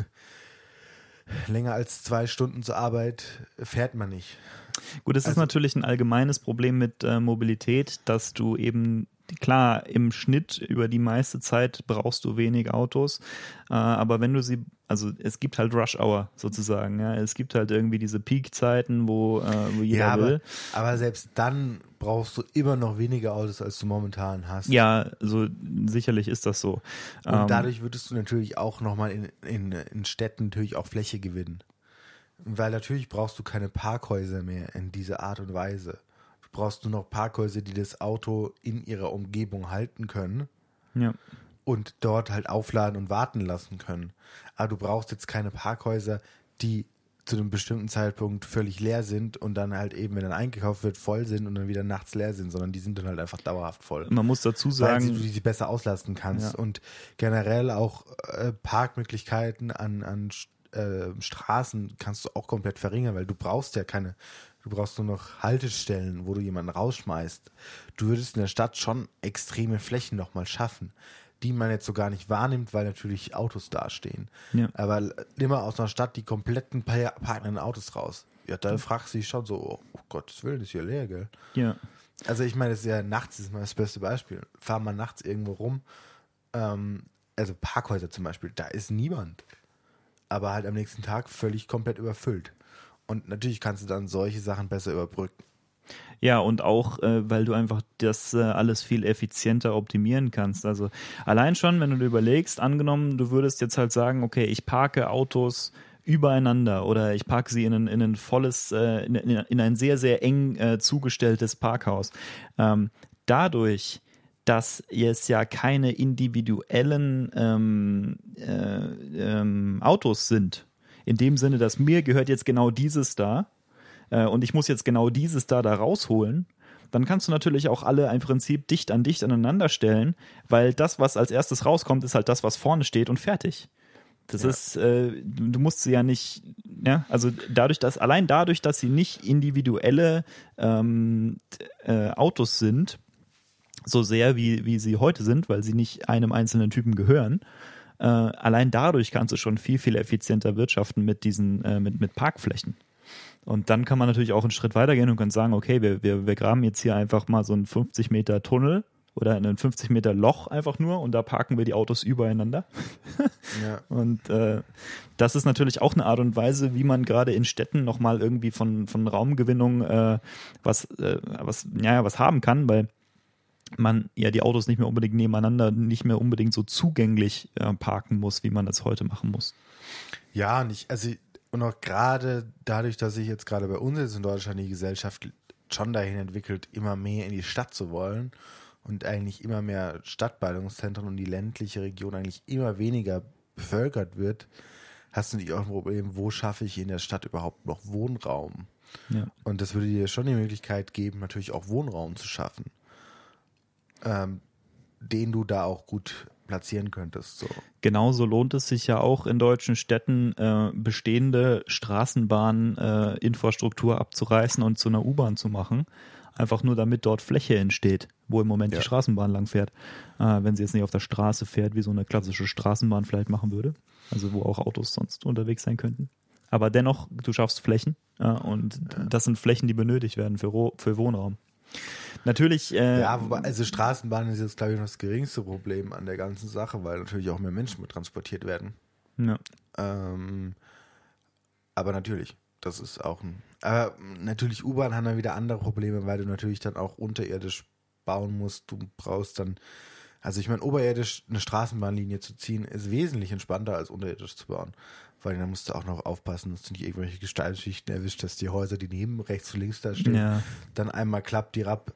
länger als 2 Stunden zur Arbeit fährt man nicht. Gut, es ist natürlich ein allgemeines Problem mit Mobilität, dass du eben, klar, im Schnitt über die meiste Zeit brauchst du wenig Autos, aber wenn du also es gibt halt Rush Hour sozusagen, ja, es gibt halt irgendwie diese Peak-Zeiten, wo jeder will. Aber selbst dann brauchst du immer noch weniger Autos, als du momentan hast. Ja, also sicherlich ist das so. Und dadurch würdest du natürlich auch nochmal in Städten natürlich auch Fläche gewinnen. Weil natürlich brauchst du keine Parkhäuser mehr in dieser Art und Weise. Du brauchst nur noch Parkhäuser, die das Auto in ihrer Umgebung halten können. Ja. Und dort halt aufladen und warten lassen können. Aber du brauchst jetzt keine Parkhäuser, die zu einem bestimmten Zeitpunkt völlig leer sind und dann halt eben, wenn dann eingekauft wird, voll sind und dann wieder nachts leer sind, sondern die sind dann halt einfach dauerhaft voll. Man muss dazu sagen, weil du die besser auslasten kannst. Ja. Und generell auch Parkmöglichkeiten an Straßen kannst du auch komplett verringern, weil du brauchst nur noch Haltestellen, wo du jemanden rausschmeißt. Du würdest in der Stadt schon extreme Flächen nochmal schaffen, die man jetzt so gar nicht wahrnimmt, weil natürlich Autos dastehen. Ja. Aber nimm mal aus einer Stadt die kompletten parkenden Autos raus. Ja, da fragst du dich schon so, oh Gottes Willen, ist hier leer, gell? Ja. Also ich meine, das ist ja nachts, ist mal das beste Beispiel. Fahr mal nachts irgendwo rum, also Parkhäuser zum Beispiel, da ist niemand. Aber halt am nächsten Tag völlig komplett überfüllt. Und natürlich kannst du dann solche Sachen besser überbrücken. Ja, und auch, weil du einfach das alles viel effizienter optimieren kannst. Also allein schon, wenn du dir überlegst, angenommen, du würdest jetzt halt sagen, okay, ich parke Autos übereinander oder ich parke sie in ein volles, in ein sehr, sehr eng zugestelltes Parkhaus. Dadurch, dass es ja keine individuellen Autos sind, in dem Sinne, dass mir gehört jetzt genau dieses da, und ich muss jetzt genau dieses da rausholen, dann kannst du natürlich auch alle im Prinzip dicht an dicht aneinander stellen, weil das, was als erstes rauskommt, ist halt das, was vorne steht und fertig. Das ist, du musst sie ja nicht, ja, also allein dadurch, dass sie nicht individuelle Autos sind, so sehr wie sie heute sind, weil sie nicht einem einzelnen Typen gehören, allein dadurch kannst du schon viel, viel effizienter wirtschaften mit diesen, mit Parkflächen. Und dann kann man natürlich auch einen Schritt weitergehen und kann sagen, okay, wir graben jetzt hier einfach mal so einen 50 Meter Tunnel oder einen 50 Meter Loch einfach nur und da parken wir die Autos übereinander. Ja. Und das ist natürlich auch eine Art und Weise, wie man gerade in Städten nochmal irgendwie von Raumgewinnung was haben kann, weil man ja die Autos nicht mehr unbedingt nebeneinander, nicht mehr unbedingt so zugänglich parken muss, wie man das heute machen muss. Ja, und auch gerade dadurch, dass sich jetzt gerade bei uns jetzt in Deutschland die Gesellschaft schon dahin entwickelt, immer mehr in die Stadt zu wollen und eigentlich immer mehr Stadtballungszentren und die ländliche Region eigentlich immer weniger bevölkert wird, hast du natürlich auch ein Problem, wo schaffe ich in der Stadt überhaupt noch Wohnraum? Ja. Und das würde dir schon die Möglichkeit geben, natürlich auch Wohnraum zu schaffen, den du da auch gut platzieren könntest. So. Genauso lohnt es sich ja auch in deutschen Städten bestehende Straßenbahninfrastruktur abzureißen und zu einer U-Bahn zu machen. Einfach nur, damit dort Fläche entsteht, wo im Moment die Straßenbahn lang fährt. Wenn sie jetzt nicht auf der Straße fährt, wie so eine klassische Straßenbahn vielleicht machen würde. Also wo auch Autos sonst unterwegs sein könnten. Aber dennoch, du schaffst Flächen und das sind Flächen, die benötigt werden für Wohnraum. Natürlich. Wobei, also Straßenbahn ist jetzt, glaube ich, noch das geringste Problem an der ganzen Sache, weil natürlich auch mehr Menschen mit transportiert werden. Ja. Aber natürlich, das ist auch natürlich U-Bahn haben dann wieder andere Probleme, weil du natürlich dann auch unterirdisch bauen musst. Du brauchst dann, also ich meine, oberirdisch eine Straßenbahnlinie zu ziehen, ist wesentlich entspannter als unterirdisch zu bauen. Vor allem, da musst du auch noch aufpassen, dass du nicht irgendwelche Gesteinsschichten erwischt, dass die Häuser, die neben rechts und links da stehen, dann einmal klappt die Rapp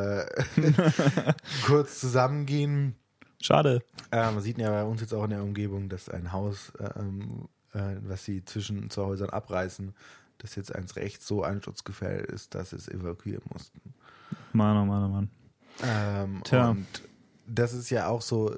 kurz zusammengehen. Schade. Man sieht ja bei uns jetzt auch in der Umgebung, dass ein Haus, was sie zwischen zwei Häusern abreißen, dass jetzt eins rechts so einsturzgefährdet ist, dass sie es evakuieren mussten. Mann. Und das ist ja auch so,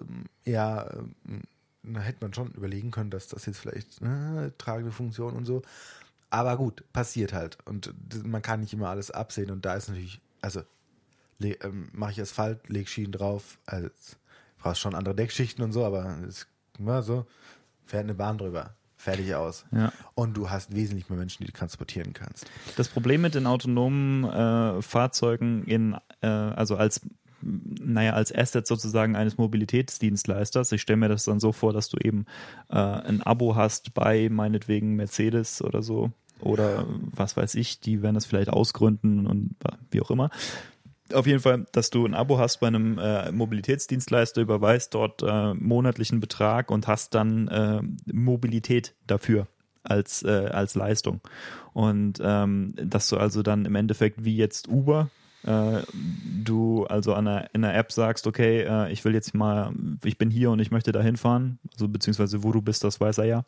da hätte man schon überlegen können, dass das jetzt vielleicht tragende Funktion und so. Aber gut, passiert halt. Und man kann nicht immer alles absehen. Und da ist natürlich, also mache ich Asphalt, leg Schienen drauf. Also brauchst schon andere Deckschichten und so, aber es ist so, fährt eine Bahn drüber. Fertig aus. Ja. Und du hast wesentlich mehr Menschen, die du transportieren kannst. Das Problem mit den autonomen Fahrzeugen also als Asset sozusagen eines Mobilitätsdienstleisters. Ich stelle mir das dann so vor, dass du eben ein Abo hast bei meinetwegen Mercedes oder so oder was weiß ich, die werden das vielleicht ausgründen und wie auch immer. Auf jeden Fall, dass du ein Abo hast bei einem Mobilitätsdienstleister, überweist dort monatlichen Betrag und hast dann Mobilität dafür als Leistung. Und dass du also dann im Endeffekt wie jetzt Uber du also in einer App sagst, okay, ich bin hier und ich möchte da hinfahren, also beziehungsweise wo du bist, das weiß er ja.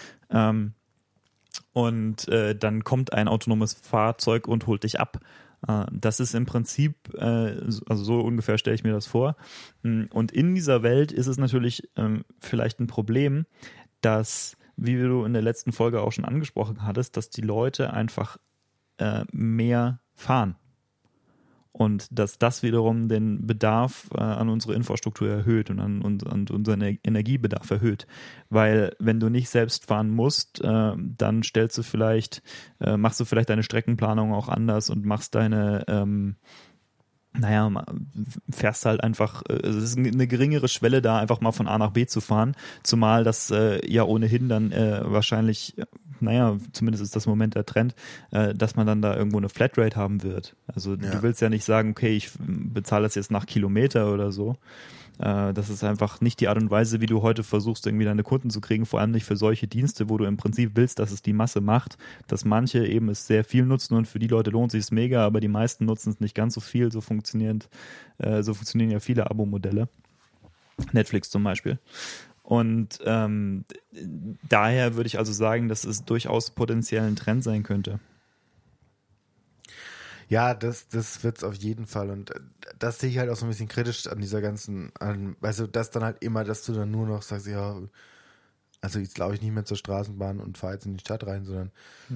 Und dann kommt ein autonomes Fahrzeug und holt dich ab. Das ist im Prinzip, also so ungefähr stelle ich mir das vor. Und in dieser Welt ist es natürlich vielleicht ein Problem, dass, wie du in der letzten Folge auch schon angesprochen hattest, dass die Leute einfach mehr fahren. Und dass das wiederum den Bedarf an unsere Infrastruktur erhöht und an unseren Energiebedarf erhöht. Weil wenn du nicht selbst fahren musst, dann machst du vielleicht deine Streckenplanung auch anders und machst fährst halt einfach, es ist eine geringere Schwelle da, einfach mal von A nach B zu fahren, zumal das ja ohnehin dann wahrscheinlich, zumindest ist das im Moment der Trend, dass man dann da irgendwo eine Flatrate haben wird. Also du willst ja nicht sagen, okay, ich bezahle das jetzt nach Kilometer oder so. Das ist einfach nicht die Art und Weise, wie du heute versuchst, irgendwie deine Kunden zu kriegen, vor allem nicht für solche Dienste, wo du im Prinzip willst, dass es die Masse macht, dass manche eben es sehr viel nutzen und für die Leute lohnt sich es mega, aber die meisten nutzen es nicht ganz so viel, so funktionieren ja viele Abo-Modelle. Netflix zum Beispiel. Und daher würde ich also sagen, dass es durchaus potenziell ein Trend sein könnte. Ja, das wird's auf jeden Fall und das sehe ich halt auch so ein bisschen kritisch an dieser ganzen, also das dann halt immer, dass du dann nur noch sagst, ja, also jetzt laufe ich nicht mehr zur Straßenbahn und fahre jetzt in die Stadt rein, sondern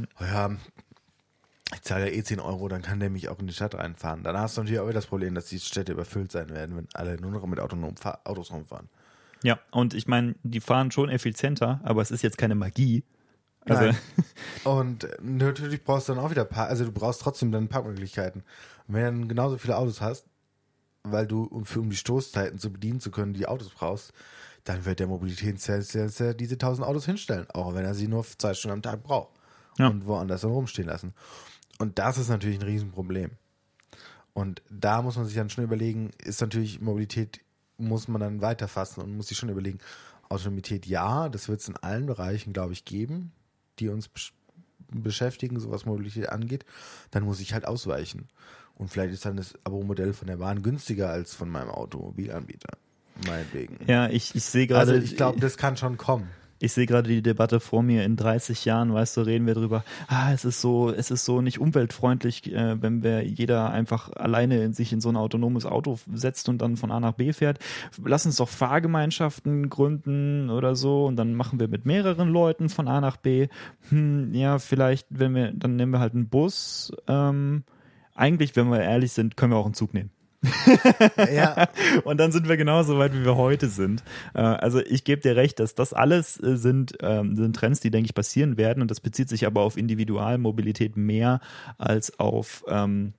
ich zahle ja 10 Euro, dann kann der mich auch in die Stadt reinfahren. Dann hast du natürlich auch wieder das Problem, dass die Städte überfüllt sein werden, wenn alle nur noch mit autonomen Autos rumfahren. Ja, und ich meine, die fahren schon effizienter, aber es ist jetzt keine Magie. Also nein. Und natürlich brauchst du dann auch wieder du brauchst trotzdem dann Parkmöglichkeiten. Und wenn du dann genauso viele Autos hast, weil du, um die Stoßzeiten zu bedienen zu können, die Autos brauchst, dann wird der Mobilitätsdienstleister diese 1000 Autos hinstellen, auch wenn er sie nur 2 Stunden am Tag braucht und woanders dann rumstehen lassen. Und das ist natürlich ein Riesenproblem. Und da muss man sich dann schon überlegen, ist natürlich Mobilität, muss man dann weiterfassen und muss sich schon überlegen, Autonomität ja, das wird es in allen Bereichen, glaube ich, geben, die uns beschäftigen, so was Mobilität angeht, dann muss ich halt ausweichen. Und vielleicht ist dann das Abo-Modell von der Bahn günstiger als von meinem Automobilanbieter. Meinetwegen. Ja, ich sehe gerade. Also ich glaube, das kann schon kommen. Ich sehe gerade die Debatte vor mir, in 30 Jahren, weißt du, reden wir drüber, es ist so nicht umweltfreundlich, wenn jeder einfach alleine sich in so ein autonomes Auto setzt und dann von A nach B fährt. Lass uns doch Fahrgemeinschaften gründen oder so und dann machen wir mit mehreren Leuten von A nach B. Vielleicht, dann nehmen wir halt einen Bus. Eigentlich, wenn wir ehrlich sind, können wir auch einen Zug nehmen. Ja. Und dann sind wir genauso weit, wie wir heute sind. Also ich gebe dir recht, dass das alles sind Trends, die, denke ich, passieren werden. Und das bezieht sich aber auf Individualmobilität mehr als auf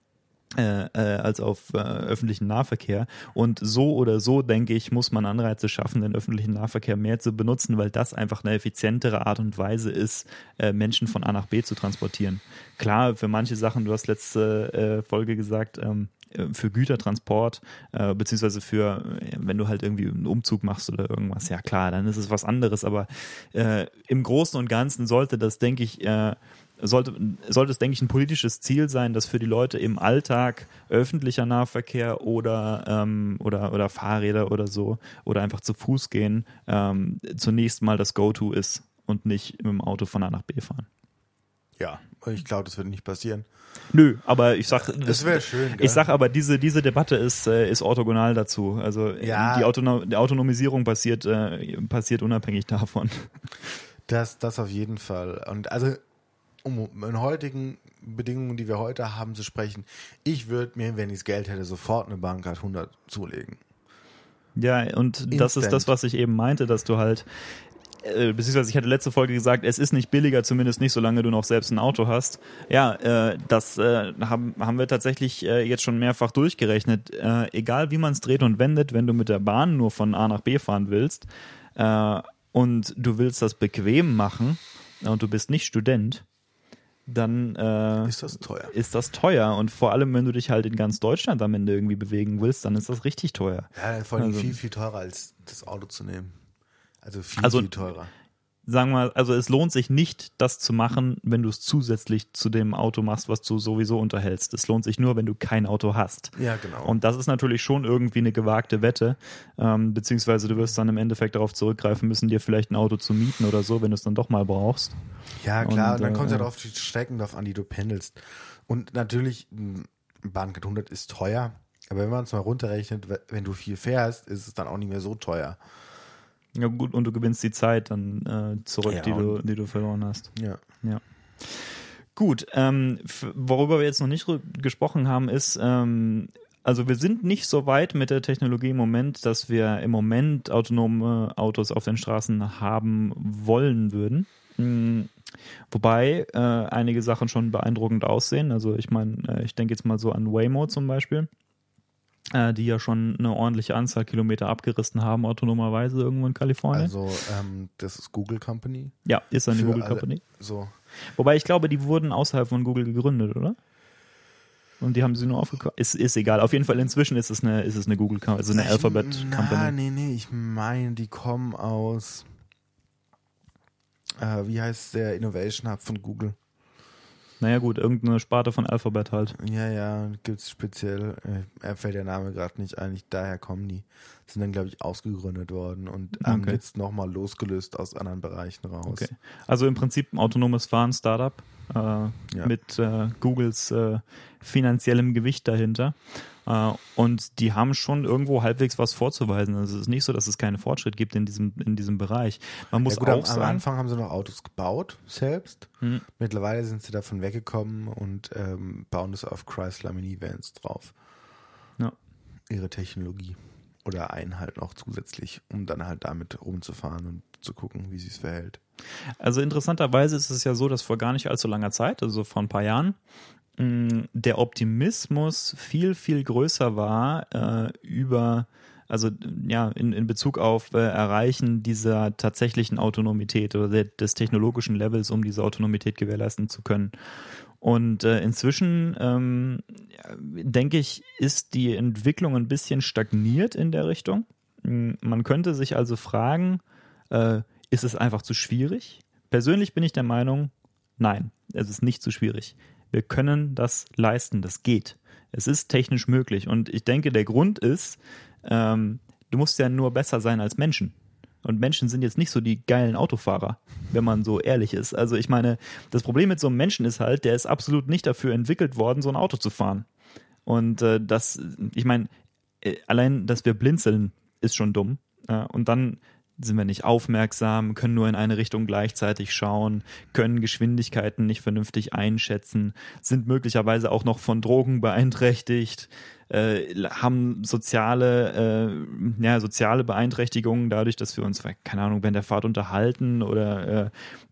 als auf öffentlichen Nahverkehr. Und so oder so, denke ich, muss man Anreize schaffen, den öffentlichen Nahverkehr mehr zu benutzen, weil das einfach eine effizientere Art und Weise ist, Menschen von A nach B zu transportieren. Klar, für manche Sachen, du hast letzte Folge gesagt, für Gütertransport, beziehungsweise für, wenn du halt irgendwie einen Umzug machst oder irgendwas, ja klar, dann ist es was anderes, aber im Großen und Ganzen sollte das, denke ich, sollte es, denke ich, ein politisches Ziel sein, dass für die Leute im Alltag öffentlicher Nahverkehr oder Fahrräder oder so oder einfach zu Fuß gehen zunächst mal das Go-To ist und nicht mit dem Auto von A nach B fahren. Ja, ich glaube, das wird nicht passieren. Nö, aber ich sag, das wäre schön. Gell? Ich sag aber, diese Debatte ist orthogonal dazu. Also ja, die Autonomisierung passiert unabhängig davon. Das auf jeden Fall. Und also um in heutigen Bedingungen, die wir heute haben, zu sprechen, ich würde mir, wenn ich das Geld hätte, sofort eine Bahncard 100 zulegen. Ja, und Instant. Das ist das, was ich eben meinte, dass du halt beziehungsweise ich hatte letzte Folge gesagt, es ist nicht billiger, zumindest nicht, solange du noch selbst ein Auto hast. Ja, das haben wir tatsächlich jetzt schon mehrfach durchgerechnet. Egal wie man es dreht und wendet, wenn du mit der Bahn nur von A nach B fahren willst und du willst das bequem machen und du bist nicht Student, dann ist das teuer. Und vor allem, wenn du dich halt in ganz Deutschland am Ende irgendwie bewegen willst, dann ist das richtig teuer. Ja, vor allem viel, viel teurer als das Auto zu nehmen. Also viel teurer. Sagen wir mal, also es lohnt sich nicht, das zu machen, wenn du es zusätzlich zu dem Auto machst, was du sowieso unterhältst. Es lohnt sich nur, wenn du kein Auto hast. Ja, genau. Und das ist natürlich schon irgendwie eine gewagte Wette, beziehungsweise du wirst dann im Endeffekt darauf zurückgreifen müssen, dir vielleicht ein Auto zu mieten oder so, wenn du es dann doch mal brauchst. Ja, klar, und dann kommt es ja auf die Strecken drauf an, die du pendelst. Und natürlich, Bahncard 100 ist teuer, aber wenn man es mal runterrechnet, wenn du viel fährst, ist es dann auch nicht mehr so teuer. Ja gut, und du gewinnst die Zeit dann zurück, ja, die du verloren hast. Ja. Gut, worüber wir jetzt noch nicht gesprochen haben, ist, also wir sind nicht so weit mit der Technologie im Moment, dass wir im Moment autonome Autos auf den Straßen haben wollen würden. Wobei einige Sachen schon beeindruckend aussehen. Also ich meine, ich denke jetzt mal so an Waymo zum Beispiel, die ja schon eine ordentliche Anzahl Kilometer abgerissen haben, autonomerweise irgendwo in Kalifornien. Also das ist Google Company? Ja, ist eine Google Company. So. Wobei ich glaube, die wurden außerhalb von Google gegründet, oder? Und die haben sie nur aufgekauft. Ist egal. Auf jeden Fall inzwischen ist es eine Google Company, also eine Alphabet Company. Nee, ich meine, die kommen aus wie heißt der Innovation Hub von Google? Naja gut, irgendeine Sparte von Alphabet halt. Ja, gibt es speziell, fällt der Name gerade nicht ein, daher kommen die. Sind dann, glaube ich, ausgegründet worden und haben jetzt nochmal losgelöst aus anderen Bereichen raus. Okay. Also im Prinzip ein autonomes Fahren, Startup mit Googles finanziellem Gewicht dahinter. Und die haben schon irgendwo halbwegs was vorzuweisen. Also es ist nicht so, dass es keinen Fortschritt gibt in diesem Bereich. Man muss auch sagen, am Anfang haben sie noch Autos gebaut selbst. Mittlerweile sind sie davon weggekommen und bauen das auf Chrysler Minivans drauf. Ja. Ihre Technologie. Oder einen halt noch zusätzlich, um dann halt damit rumzufahren und zu gucken, wie sie es verhält. Also interessanterweise ist es ja so, dass vor gar nicht allzu langer Zeit, also vor ein paar Jahren, der Optimismus viel, viel größer war in Bezug auf Erreichen dieser tatsächlichen Autonomität oder des technologischen Levels, um diese Autonomität gewährleisten zu können. Und inzwischen, denke ich, ist die Entwicklung ein bisschen stagniert in der Richtung. Man könnte sich also fragen, ist es einfach zu schwierig? Persönlich bin ich der Meinung, nein, es ist nicht zu schwierig. Wir können das leisten, das geht. Es ist technisch möglich und ich denke, der Grund ist, du musst ja nur besser sein als Menschen. Und Menschen sind jetzt nicht so die geilen Autofahrer, wenn man so ehrlich ist. Also ich meine, das Problem mit so einem Menschen ist halt, der ist absolut nicht dafür entwickelt worden, so ein Auto zu fahren. Und allein, dass wir blinzeln, ist schon dumm. Und dann sind wir nicht aufmerksam, können nur in eine Richtung gleichzeitig schauen, können Geschwindigkeiten nicht vernünftig einschätzen, sind möglicherweise auch noch von Drogen beeinträchtigt, haben soziale Beeinträchtigungen dadurch, dass wir uns, keine Ahnung, während der Fahrt unterhalten oder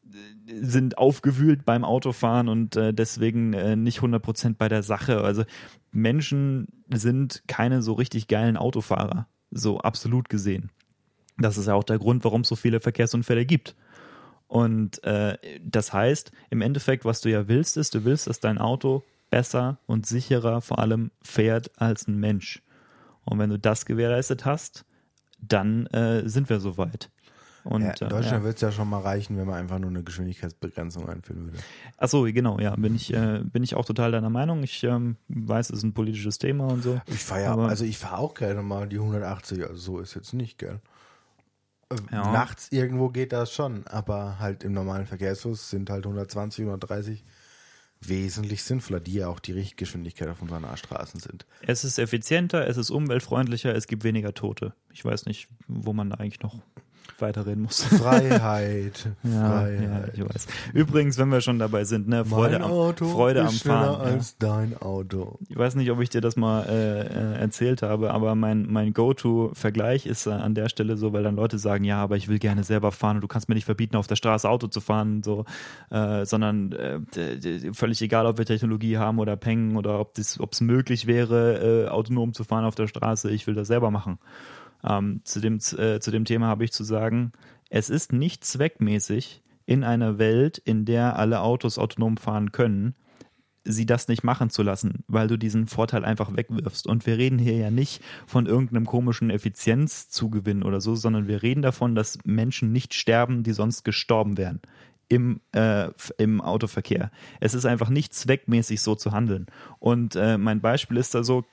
sind aufgewühlt beim Autofahren und deswegen nicht 100% bei der Sache. Also Menschen sind keine so richtig geilen Autofahrer, so absolut gesehen. Das ist ja auch der Grund, warum es so viele Verkehrsunfälle gibt. Und das heißt, im Endeffekt, was du ja willst, ist, du willst, dass dein Auto besser und sicherer vor allem fährt als ein Mensch. Und wenn du das gewährleistet hast, dann sind wir soweit. Und, in Deutschland wird es ja schon mal reichen, wenn man einfach nur eine Geschwindigkeitsbegrenzung einführen würde. Achso, genau, ja, bin ich auch total deiner Meinung. Ich weiß, es ist ein politisches Thema und so. Ich fahre auch gerne mal die 180, also so ist jetzt nicht, gell. Ja. Nachts irgendwo geht das schon, aber halt im normalen Verkehrsfluss sind halt 120, 130 wesentlich sinnvoller, die ja auch die Richtgeschwindigkeit auf unseren Straßen sind. Es ist effizienter, es ist umweltfreundlicher, es gibt weniger Tote. Ich weiß nicht, wo man da eigentlich noch weiterreden muss. Freiheit. Ja, ich weiß. Übrigens, wenn wir schon dabei sind, ne, Freude am Fahren. Als dein Auto. Ich weiß nicht, ob ich dir das mal erzählt habe, aber mein Go-To-Vergleich ist an der Stelle so, weil dann Leute sagen, ja, aber ich will gerne selber fahren und du kannst mir nicht verbieten, auf der Straße Auto zu fahren, so, sondern völlig egal, ob wir Technologie haben oder Peng oder ob es möglich wäre, autonom zu fahren auf der Straße, ich will das selber machen. Zu dem Thema habe ich zu sagen, es ist nicht zweckmäßig in einer Welt, in der alle Autos autonom fahren können, sie das nicht machen zu lassen, weil du diesen Vorteil einfach wegwirfst. Und wir reden hier ja nicht von irgendeinem komischen Effizienzzugewinn oder so, sondern wir reden davon, dass Menschen nicht sterben, die sonst gestorben wären im Autoverkehr. Es ist einfach nicht zweckmäßig so zu handeln. Und mein Beispiel ist da so,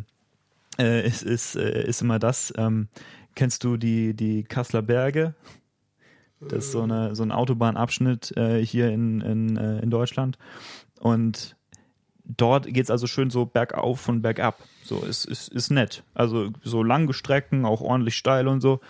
ist immer das, kennst du die Kasseler Berge? Das ist so ein Autobahnabschnitt hier in Deutschland. Und dort geht es also schön so bergauf und bergab. So, ist nett. Also so lange Strecken, auch ordentlich steil und so.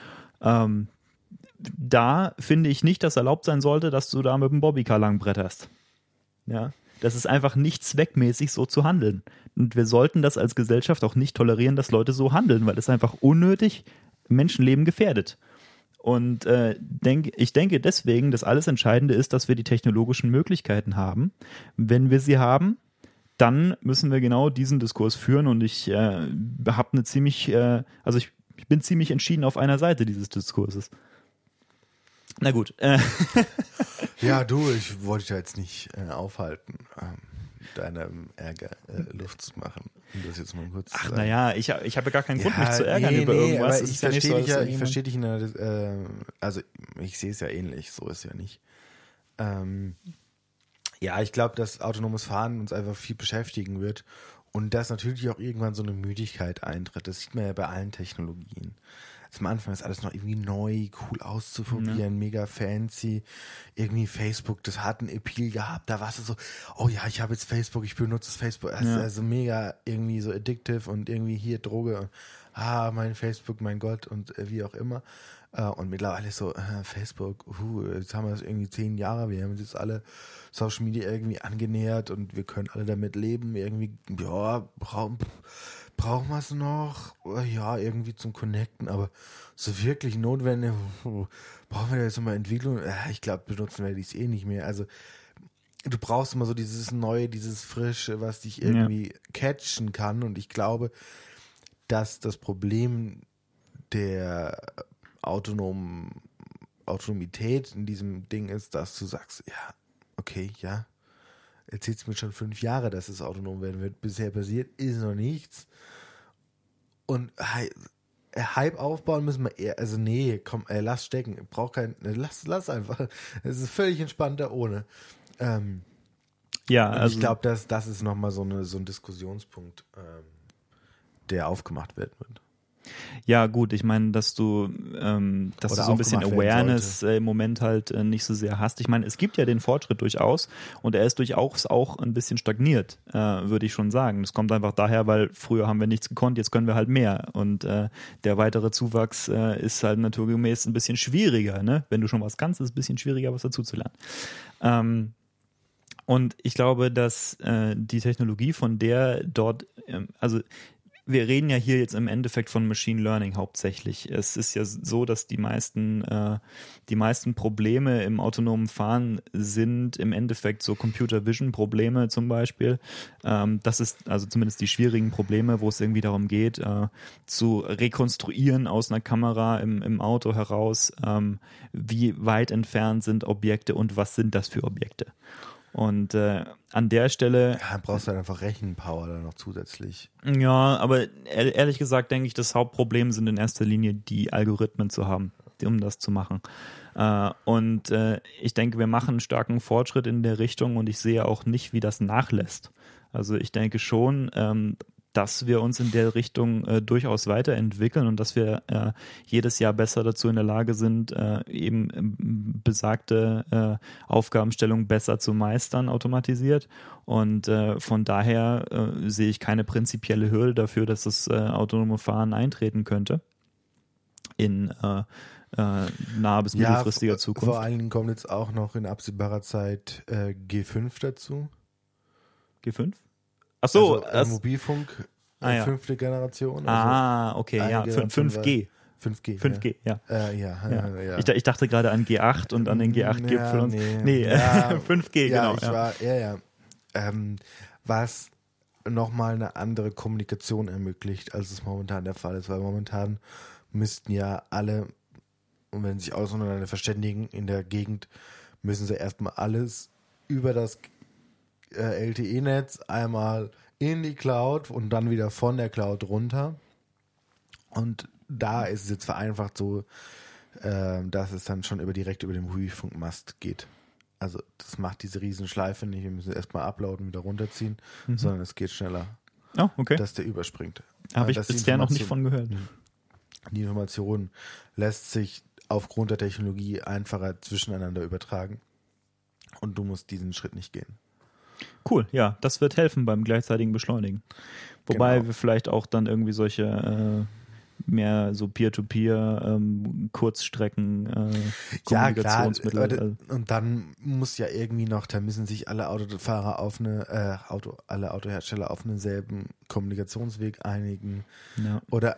Da finde ich nicht, dass erlaubt sein sollte, dass du da mit dem Bobbycar langbretterst. Ja. Das ist einfach nicht zweckmäßig, so zu handeln. Und wir sollten das als Gesellschaft auch nicht tolerieren, dass Leute so handeln, weil es einfach unnötig Menschenleben gefährdet. Und ich denke deswegen, das alles Entscheidende ist, dass wir die technologischen Möglichkeiten haben. Wenn wir sie haben, dann müssen wir genau diesen Diskurs führen. Und ich habe eine ich bin ziemlich entschieden auf einer Seite dieses Diskurses. Na gut. Ja, ich wollte dich da jetzt nicht aufhalten, deinem Ärger Luft zu machen. Um das jetzt mal kurz Ach, naja, ich habe ja gar keinen Grund, mich zu ärgern über irgendwas. Aber ich verstehe dich also ich sehe es ja ähnlich, so ist ja nicht. Ja, ich glaube, dass autonomes Fahren uns einfach viel beschäftigen wird und dass natürlich auch irgendwann so eine Müdigkeit eintritt. Das sieht man ja bei allen Technologien. Am Anfang ist alles noch irgendwie neu, cool auszuprobieren, mega fancy. Irgendwie Facebook, das hat einen Appeal gehabt. Da warst du so, oh ja, ich habe jetzt Facebook, ich benutze das Facebook. Das ist also mega irgendwie so addictive und irgendwie hier Droge. Mein Facebook, mein Gott und wie auch immer. Und mittlerweile so, Facebook, jetzt haben wir das irgendwie 10 Jahre, wir haben uns jetzt alle Social Media irgendwie angenähert und wir können alle damit leben. Irgendwie, ja, brauchen wir es noch? Ja, irgendwie zum Connecten, aber so wirklich notwendig, brauchen wir jetzt nochmal Entwicklung? Ich glaube, benutzen wir dies nicht mehr. Also du brauchst immer so dieses Neue, dieses Frische, was dich irgendwie catchen kann, und ich glaube, dass das Problem der Autonomität in diesem Ding ist, dass du sagst, ja, okay, ja, erzählt es mir schon 5 Jahre, dass es autonom werden wird. Bisher passiert ist noch nichts. Und Hype aufbauen müssen wir eher, also nee, komm, lass stecken. Braucht lass einfach. Es ist völlig entspannter ohne. Also ich glaube, das ist nochmal so ein Diskussionspunkt, der aufgemacht werden wird. Ja, gut, ich meine, dass du so ein bisschen Awareness im Moment halt nicht so sehr hast. Ich meine, es gibt ja den Fortschritt durchaus und er ist durchaus auch ein bisschen stagniert, würde ich schon sagen. Das kommt einfach daher, weil früher haben wir nichts gekonnt, jetzt können wir halt mehr. Und der weitere Zuwachs ist halt naturgemäß ein bisschen schwieriger, ne? Wenn du schon was kannst, ist es ein bisschen schwieriger, was dazu zu lernen. Und ich glaube, dass die Technologie, von der dort, wir reden ja hier jetzt im Endeffekt von Machine Learning hauptsächlich. Es ist ja so, dass die meisten Probleme im autonomen Fahren sind im Endeffekt so Computer Vision Probleme zum Beispiel. Das ist also zumindest die schwierigen Probleme, wo es irgendwie darum geht, zu rekonstruieren aus einer Kamera im Auto heraus, wie weit entfernt sind Objekte und was sind das für Objekte. Und an der Stelle... Ja, brauchst du halt einfach Rechenpower dann noch zusätzlich. Ja, aber ehrlich gesagt denke ich, das Hauptproblem sind in erster Linie die Algorithmen zu haben, um das zu machen. Und ich denke, wir machen einen starken Fortschritt in der Richtung und ich sehe auch nicht, wie das nachlässt. Also ich denke schon, dass wir uns in der Richtung durchaus weiterentwickeln und dass wir jedes Jahr besser dazu in der Lage sind, eben besagte Aufgabenstellungen besser zu meistern, automatisiert. Und von daher sehe ich keine prinzipielle Hürde dafür, dass das autonome Fahren eintreten könnte in nahe bis mittelfristiger Zukunft. Vor allen Dingen kommt jetzt auch noch in absehbarer Zeit G5 dazu. G5? Ach so, also Mobilfunk, ja. 5. Generation. Also okay, ja, 5G. 5G, ja. Ja. Ich dachte gerade an G8 und an den G8-Gipfel. Nee, ja, 5G, ja, genau. Was nochmal eine andere Kommunikation ermöglicht, als es momentan der Fall ist, weil momentan müssten ja alle, und wenn sie sich auseinander verständigen in der Gegend, müssen sie erstmal alles über das LTE-Netz einmal in die Cloud und dann wieder von der Cloud runter. Und da ist es jetzt vereinfacht so, dass es dann schon direkt über den Mobilfunkmast geht. Also das macht diese Riesenschleife nicht. Wir müssen erstmal uploaden, wieder runterziehen, sondern es geht schneller, okay. dass der überspringt. Habe ich bisher noch nicht von gehört. Die Information lässt sich aufgrund der Technologie einfacher zwischeneinander übertragen und du musst diesen Schritt nicht gehen. Cool, ja, das wird helfen beim gleichzeitigen Beschleunigen. Wobei wir vielleicht auch dann irgendwie solche mehr so Peer-to-Peer Kurzstrecken Kommunikationsmittel. Ja, klar. Und dann muss ja irgendwie noch, da müssen sich alle Autofahrer auf alle Autohersteller auf denselben Kommunikationsweg einigen oder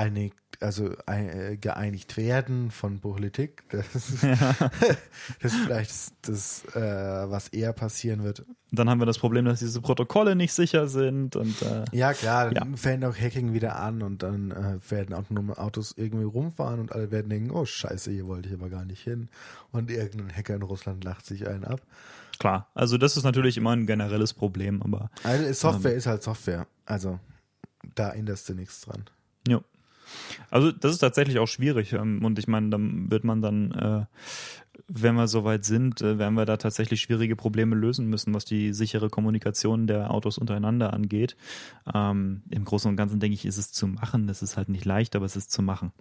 geeinigt werden von Politik. Das ist vielleicht das, was eher passieren wird. Dann haben wir das Problem, dass diese Protokolle nicht sicher sind. Und, ja, klar, dann fängt auch Hacking wieder an und dann werden autonome Autos irgendwie rumfahren und alle werden denken, oh scheiße, hier wollte ich aber gar nicht hin. Und irgendein Hacker in Russland lacht sich einen ab. Klar, also das ist natürlich immer ein generelles Problem, aber... Also Software ist halt Software, also da änderst du nichts dran. Ja. Also das ist tatsächlich auch schwierig und ich meine, dann wird man dann, wenn wir soweit sind, werden wir da tatsächlich schwierige Probleme lösen müssen, was die sichere Kommunikation der Autos untereinander angeht. Im Großen und Ganzen denke ich, ist es zu machen. Das ist halt nicht leicht, aber es ist zu machen.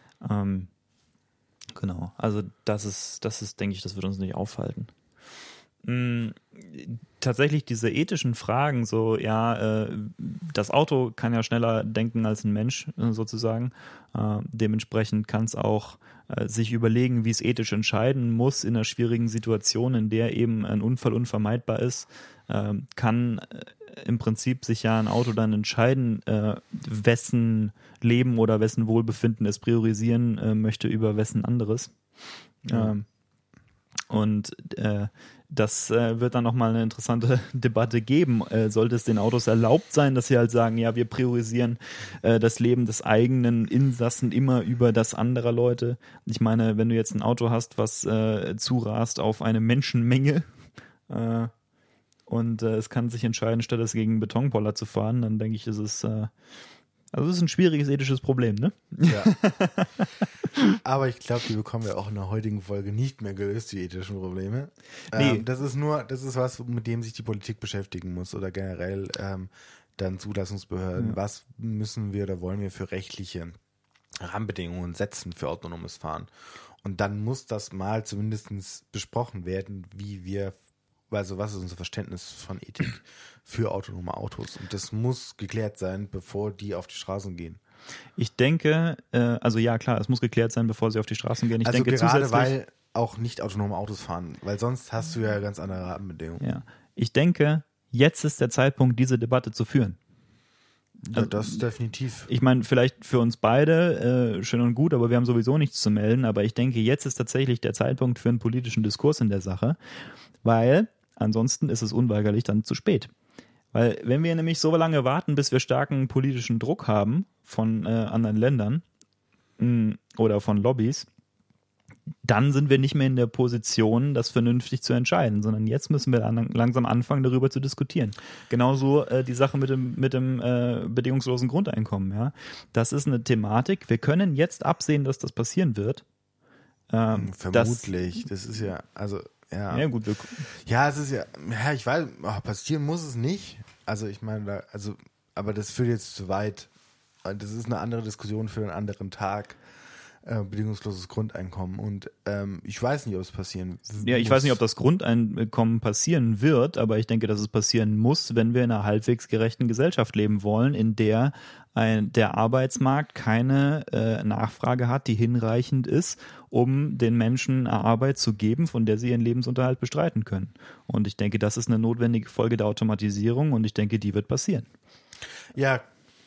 Genau, also das ist, denke ich, das wird uns nicht aufhalten. Tatsächlich diese ethischen Fragen, so das Auto kann ja schneller denken als ein Mensch sozusagen, dementsprechend kann es auch sich überlegen, wie es ethisch entscheiden muss in einer schwierigen Situation, in der eben ein Unfall unvermeidbar ist, kann im Prinzip sich ja ein Auto dann entscheiden, wessen Leben oder wessen Wohlbefinden es priorisieren möchte über wessen anderes. Und das wird dann nochmal eine interessante Debatte geben. Sollte es den Autos erlaubt sein, dass sie halt sagen, ja, wir priorisieren das Leben des eigenen Insassen immer über das anderer Leute. Ich meine, wenn du jetzt ein Auto hast, was zurast auf eine Menschenmenge und es kann sich entscheiden, statt es gegen einen Betonpoller zu fahren, dann denke ich, ist es... Also es ist ein schwieriges ethisches Problem, ne? Ja. Aber ich glaube, die bekommen wir auch in der heutigen Folge nicht mehr gelöst, die ethischen Probleme. Nee. Das ist was, mit dem sich die Politik beschäftigen muss oder generell dann Zulassungsbehörden. Ja. Was müssen wir oder wollen wir für rechtliche Rahmenbedingungen setzen für autonomes Fahren? Und dann muss das mal zumindest besprochen werden, was ist unser Verständnis von Ethik für autonome Autos? Und das muss geklärt sein, bevor die auf die Straßen gehen. Ich denke, also ja klar, es muss geklärt sein, bevor sie auf die Straßen gehen. Ich denke gerade weil auch nicht autonome Autos fahren, weil sonst hast du ja ganz andere Rahmenbedingungen. Ja, ich denke, jetzt ist der Zeitpunkt, diese Debatte zu führen. Ja, das definitiv. Ich meine, vielleicht für uns beide schön und gut, aber wir haben sowieso nichts zu melden. Aber ich denke, jetzt ist tatsächlich der Zeitpunkt für einen politischen Diskurs in der Sache, weil ansonsten ist es unweigerlich dann zu spät. Weil wenn wir nämlich so lange warten, bis wir starken politischen Druck haben von anderen Ländern oder von Lobbys, dann sind wir nicht mehr in der Position, das vernünftig zu entscheiden, sondern jetzt müssen wir langsam anfangen, darüber zu diskutieren. Genauso die Sache mit dem bedingungslosen Grundeinkommen. Ja, das ist eine Thematik. Wir können jetzt absehen, dass das passieren wird. Vermutlich. Das ist ja, also ja. Ja, gut. Ja, es ist ja, ich weiß, passieren muss es nicht. Also ich meine, aber das führt jetzt zu weit. Das ist eine andere Diskussion für einen anderen Tag. Bedingungsloses Grundeinkommen. Und ich weiß nicht, ob es passieren wird. Ja, ich weiß nicht, ob das Grundeinkommen passieren wird, aber ich denke, dass es passieren muss, wenn wir in einer halbwegs gerechten Gesellschaft leben wollen, in der der Arbeitsmarkt keine Nachfrage hat, die hinreichend ist, um den Menschen eine Arbeit zu geben, von der sie ihren Lebensunterhalt bestreiten können. Und ich denke, das ist eine notwendige Folge der Automatisierung und ich denke, die wird passieren. Ja,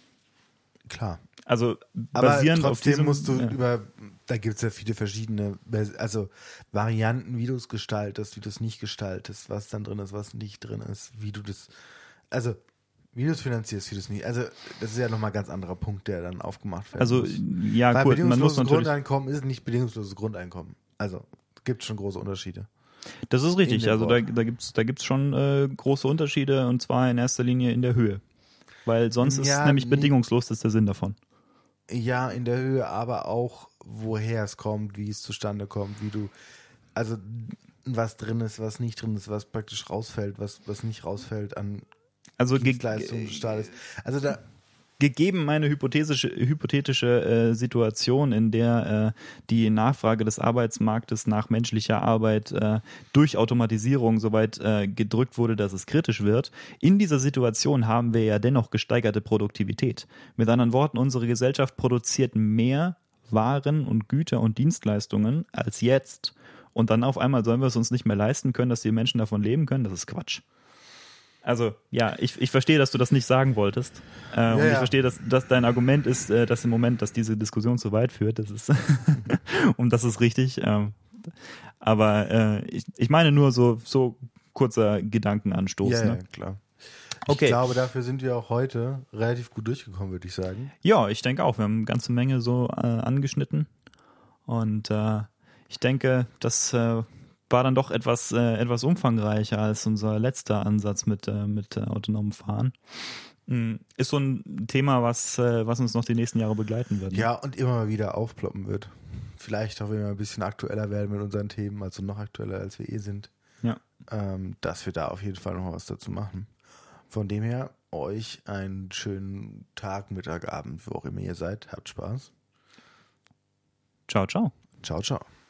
klar. Also basierend auf diesem... musst du da gibt es ja viele verschiedene, also Varianten, wie du es gestaltest, wie du es nicht gestaltest, was dann drin ist, was nicht drin ist, wie du es finanzierst, wie du es nicht. Also das ist ja nochmal ein ganz anderer Punkt, der dann aufgemacht wird. Also ja, weil gut, bedingungsloses Grundeinkommen ist nicht bedingungsloses Grundeinkommen. Also gibt es schon große Unterschiede. Das ist richtig, also da gibt's schon große Unterschiede und zwar in erster Linie in der Höhe. Weil sonst ist es nämlich bedingungslos, das ist der Sinn davon. Ja, in der Höhe, aber auch woher es kommt, wie es zustande kommt, also was drin ist, was nicht drin ist, was praktisch rausfällt, was nicht rausfällt an Dienstleistungen des Staates. Also da gegeben meine hypothetische Situation, in der die Nachfrage des Arbeitsmarktes nach menschlicher Arbeit durch Automatisierung soweit gedrückt wurde, dass es kritisch wird. In dieser Situation haben wir ja dennoch gesteigerte Produktivität. Mit anderen Worten, unsere Gesellschaft produziert mehr Waren und Güter und Dienstleistungen als jetzt. Und dann auf einmal sollen wir es uns nicht mehr leisten können, dass die Menschen davon leben können. Das ist Quatsch. Also, ja, ich verstehe, dass du das nicht sagen wolltest. Und ich verstehe, dass dein Argument ist, dass im Moment, dass diese Diskussion zu weit führt. Das ist und das ist richtig. Aber ich meine nur so kurzer Gedankenanstoß. Ja, ne? ja, klar. Okay. Ich glaube, dafür sind wir auch heute relativ gut durchgekommen, würde ich sagen. Ja, ich denke auch. Wir haben eine ganze Menge so angeschnitten. Und ich denke, das war dann doch etwas umfangreicher als unser letzter Ansatz mit autonomem Fahren. Ist so ein Thema, was uns noch die nächsten Jahre begleiten wird. Ne? Ja, und immer mal wieder aufploppen wird. Vielleicht auch, wenn wir ein bisschen aktueller werden mit unseren Themen, also noch aktueller, als wir sind. Ja. Dass wir da auf jeden Fall noch was dazu machen. Von dem her, euch einen schönen Tag, Mittag, Abend, wo auch immer ihr seid. Habt Spaß. Ciao, ciao. Ciao, ciao.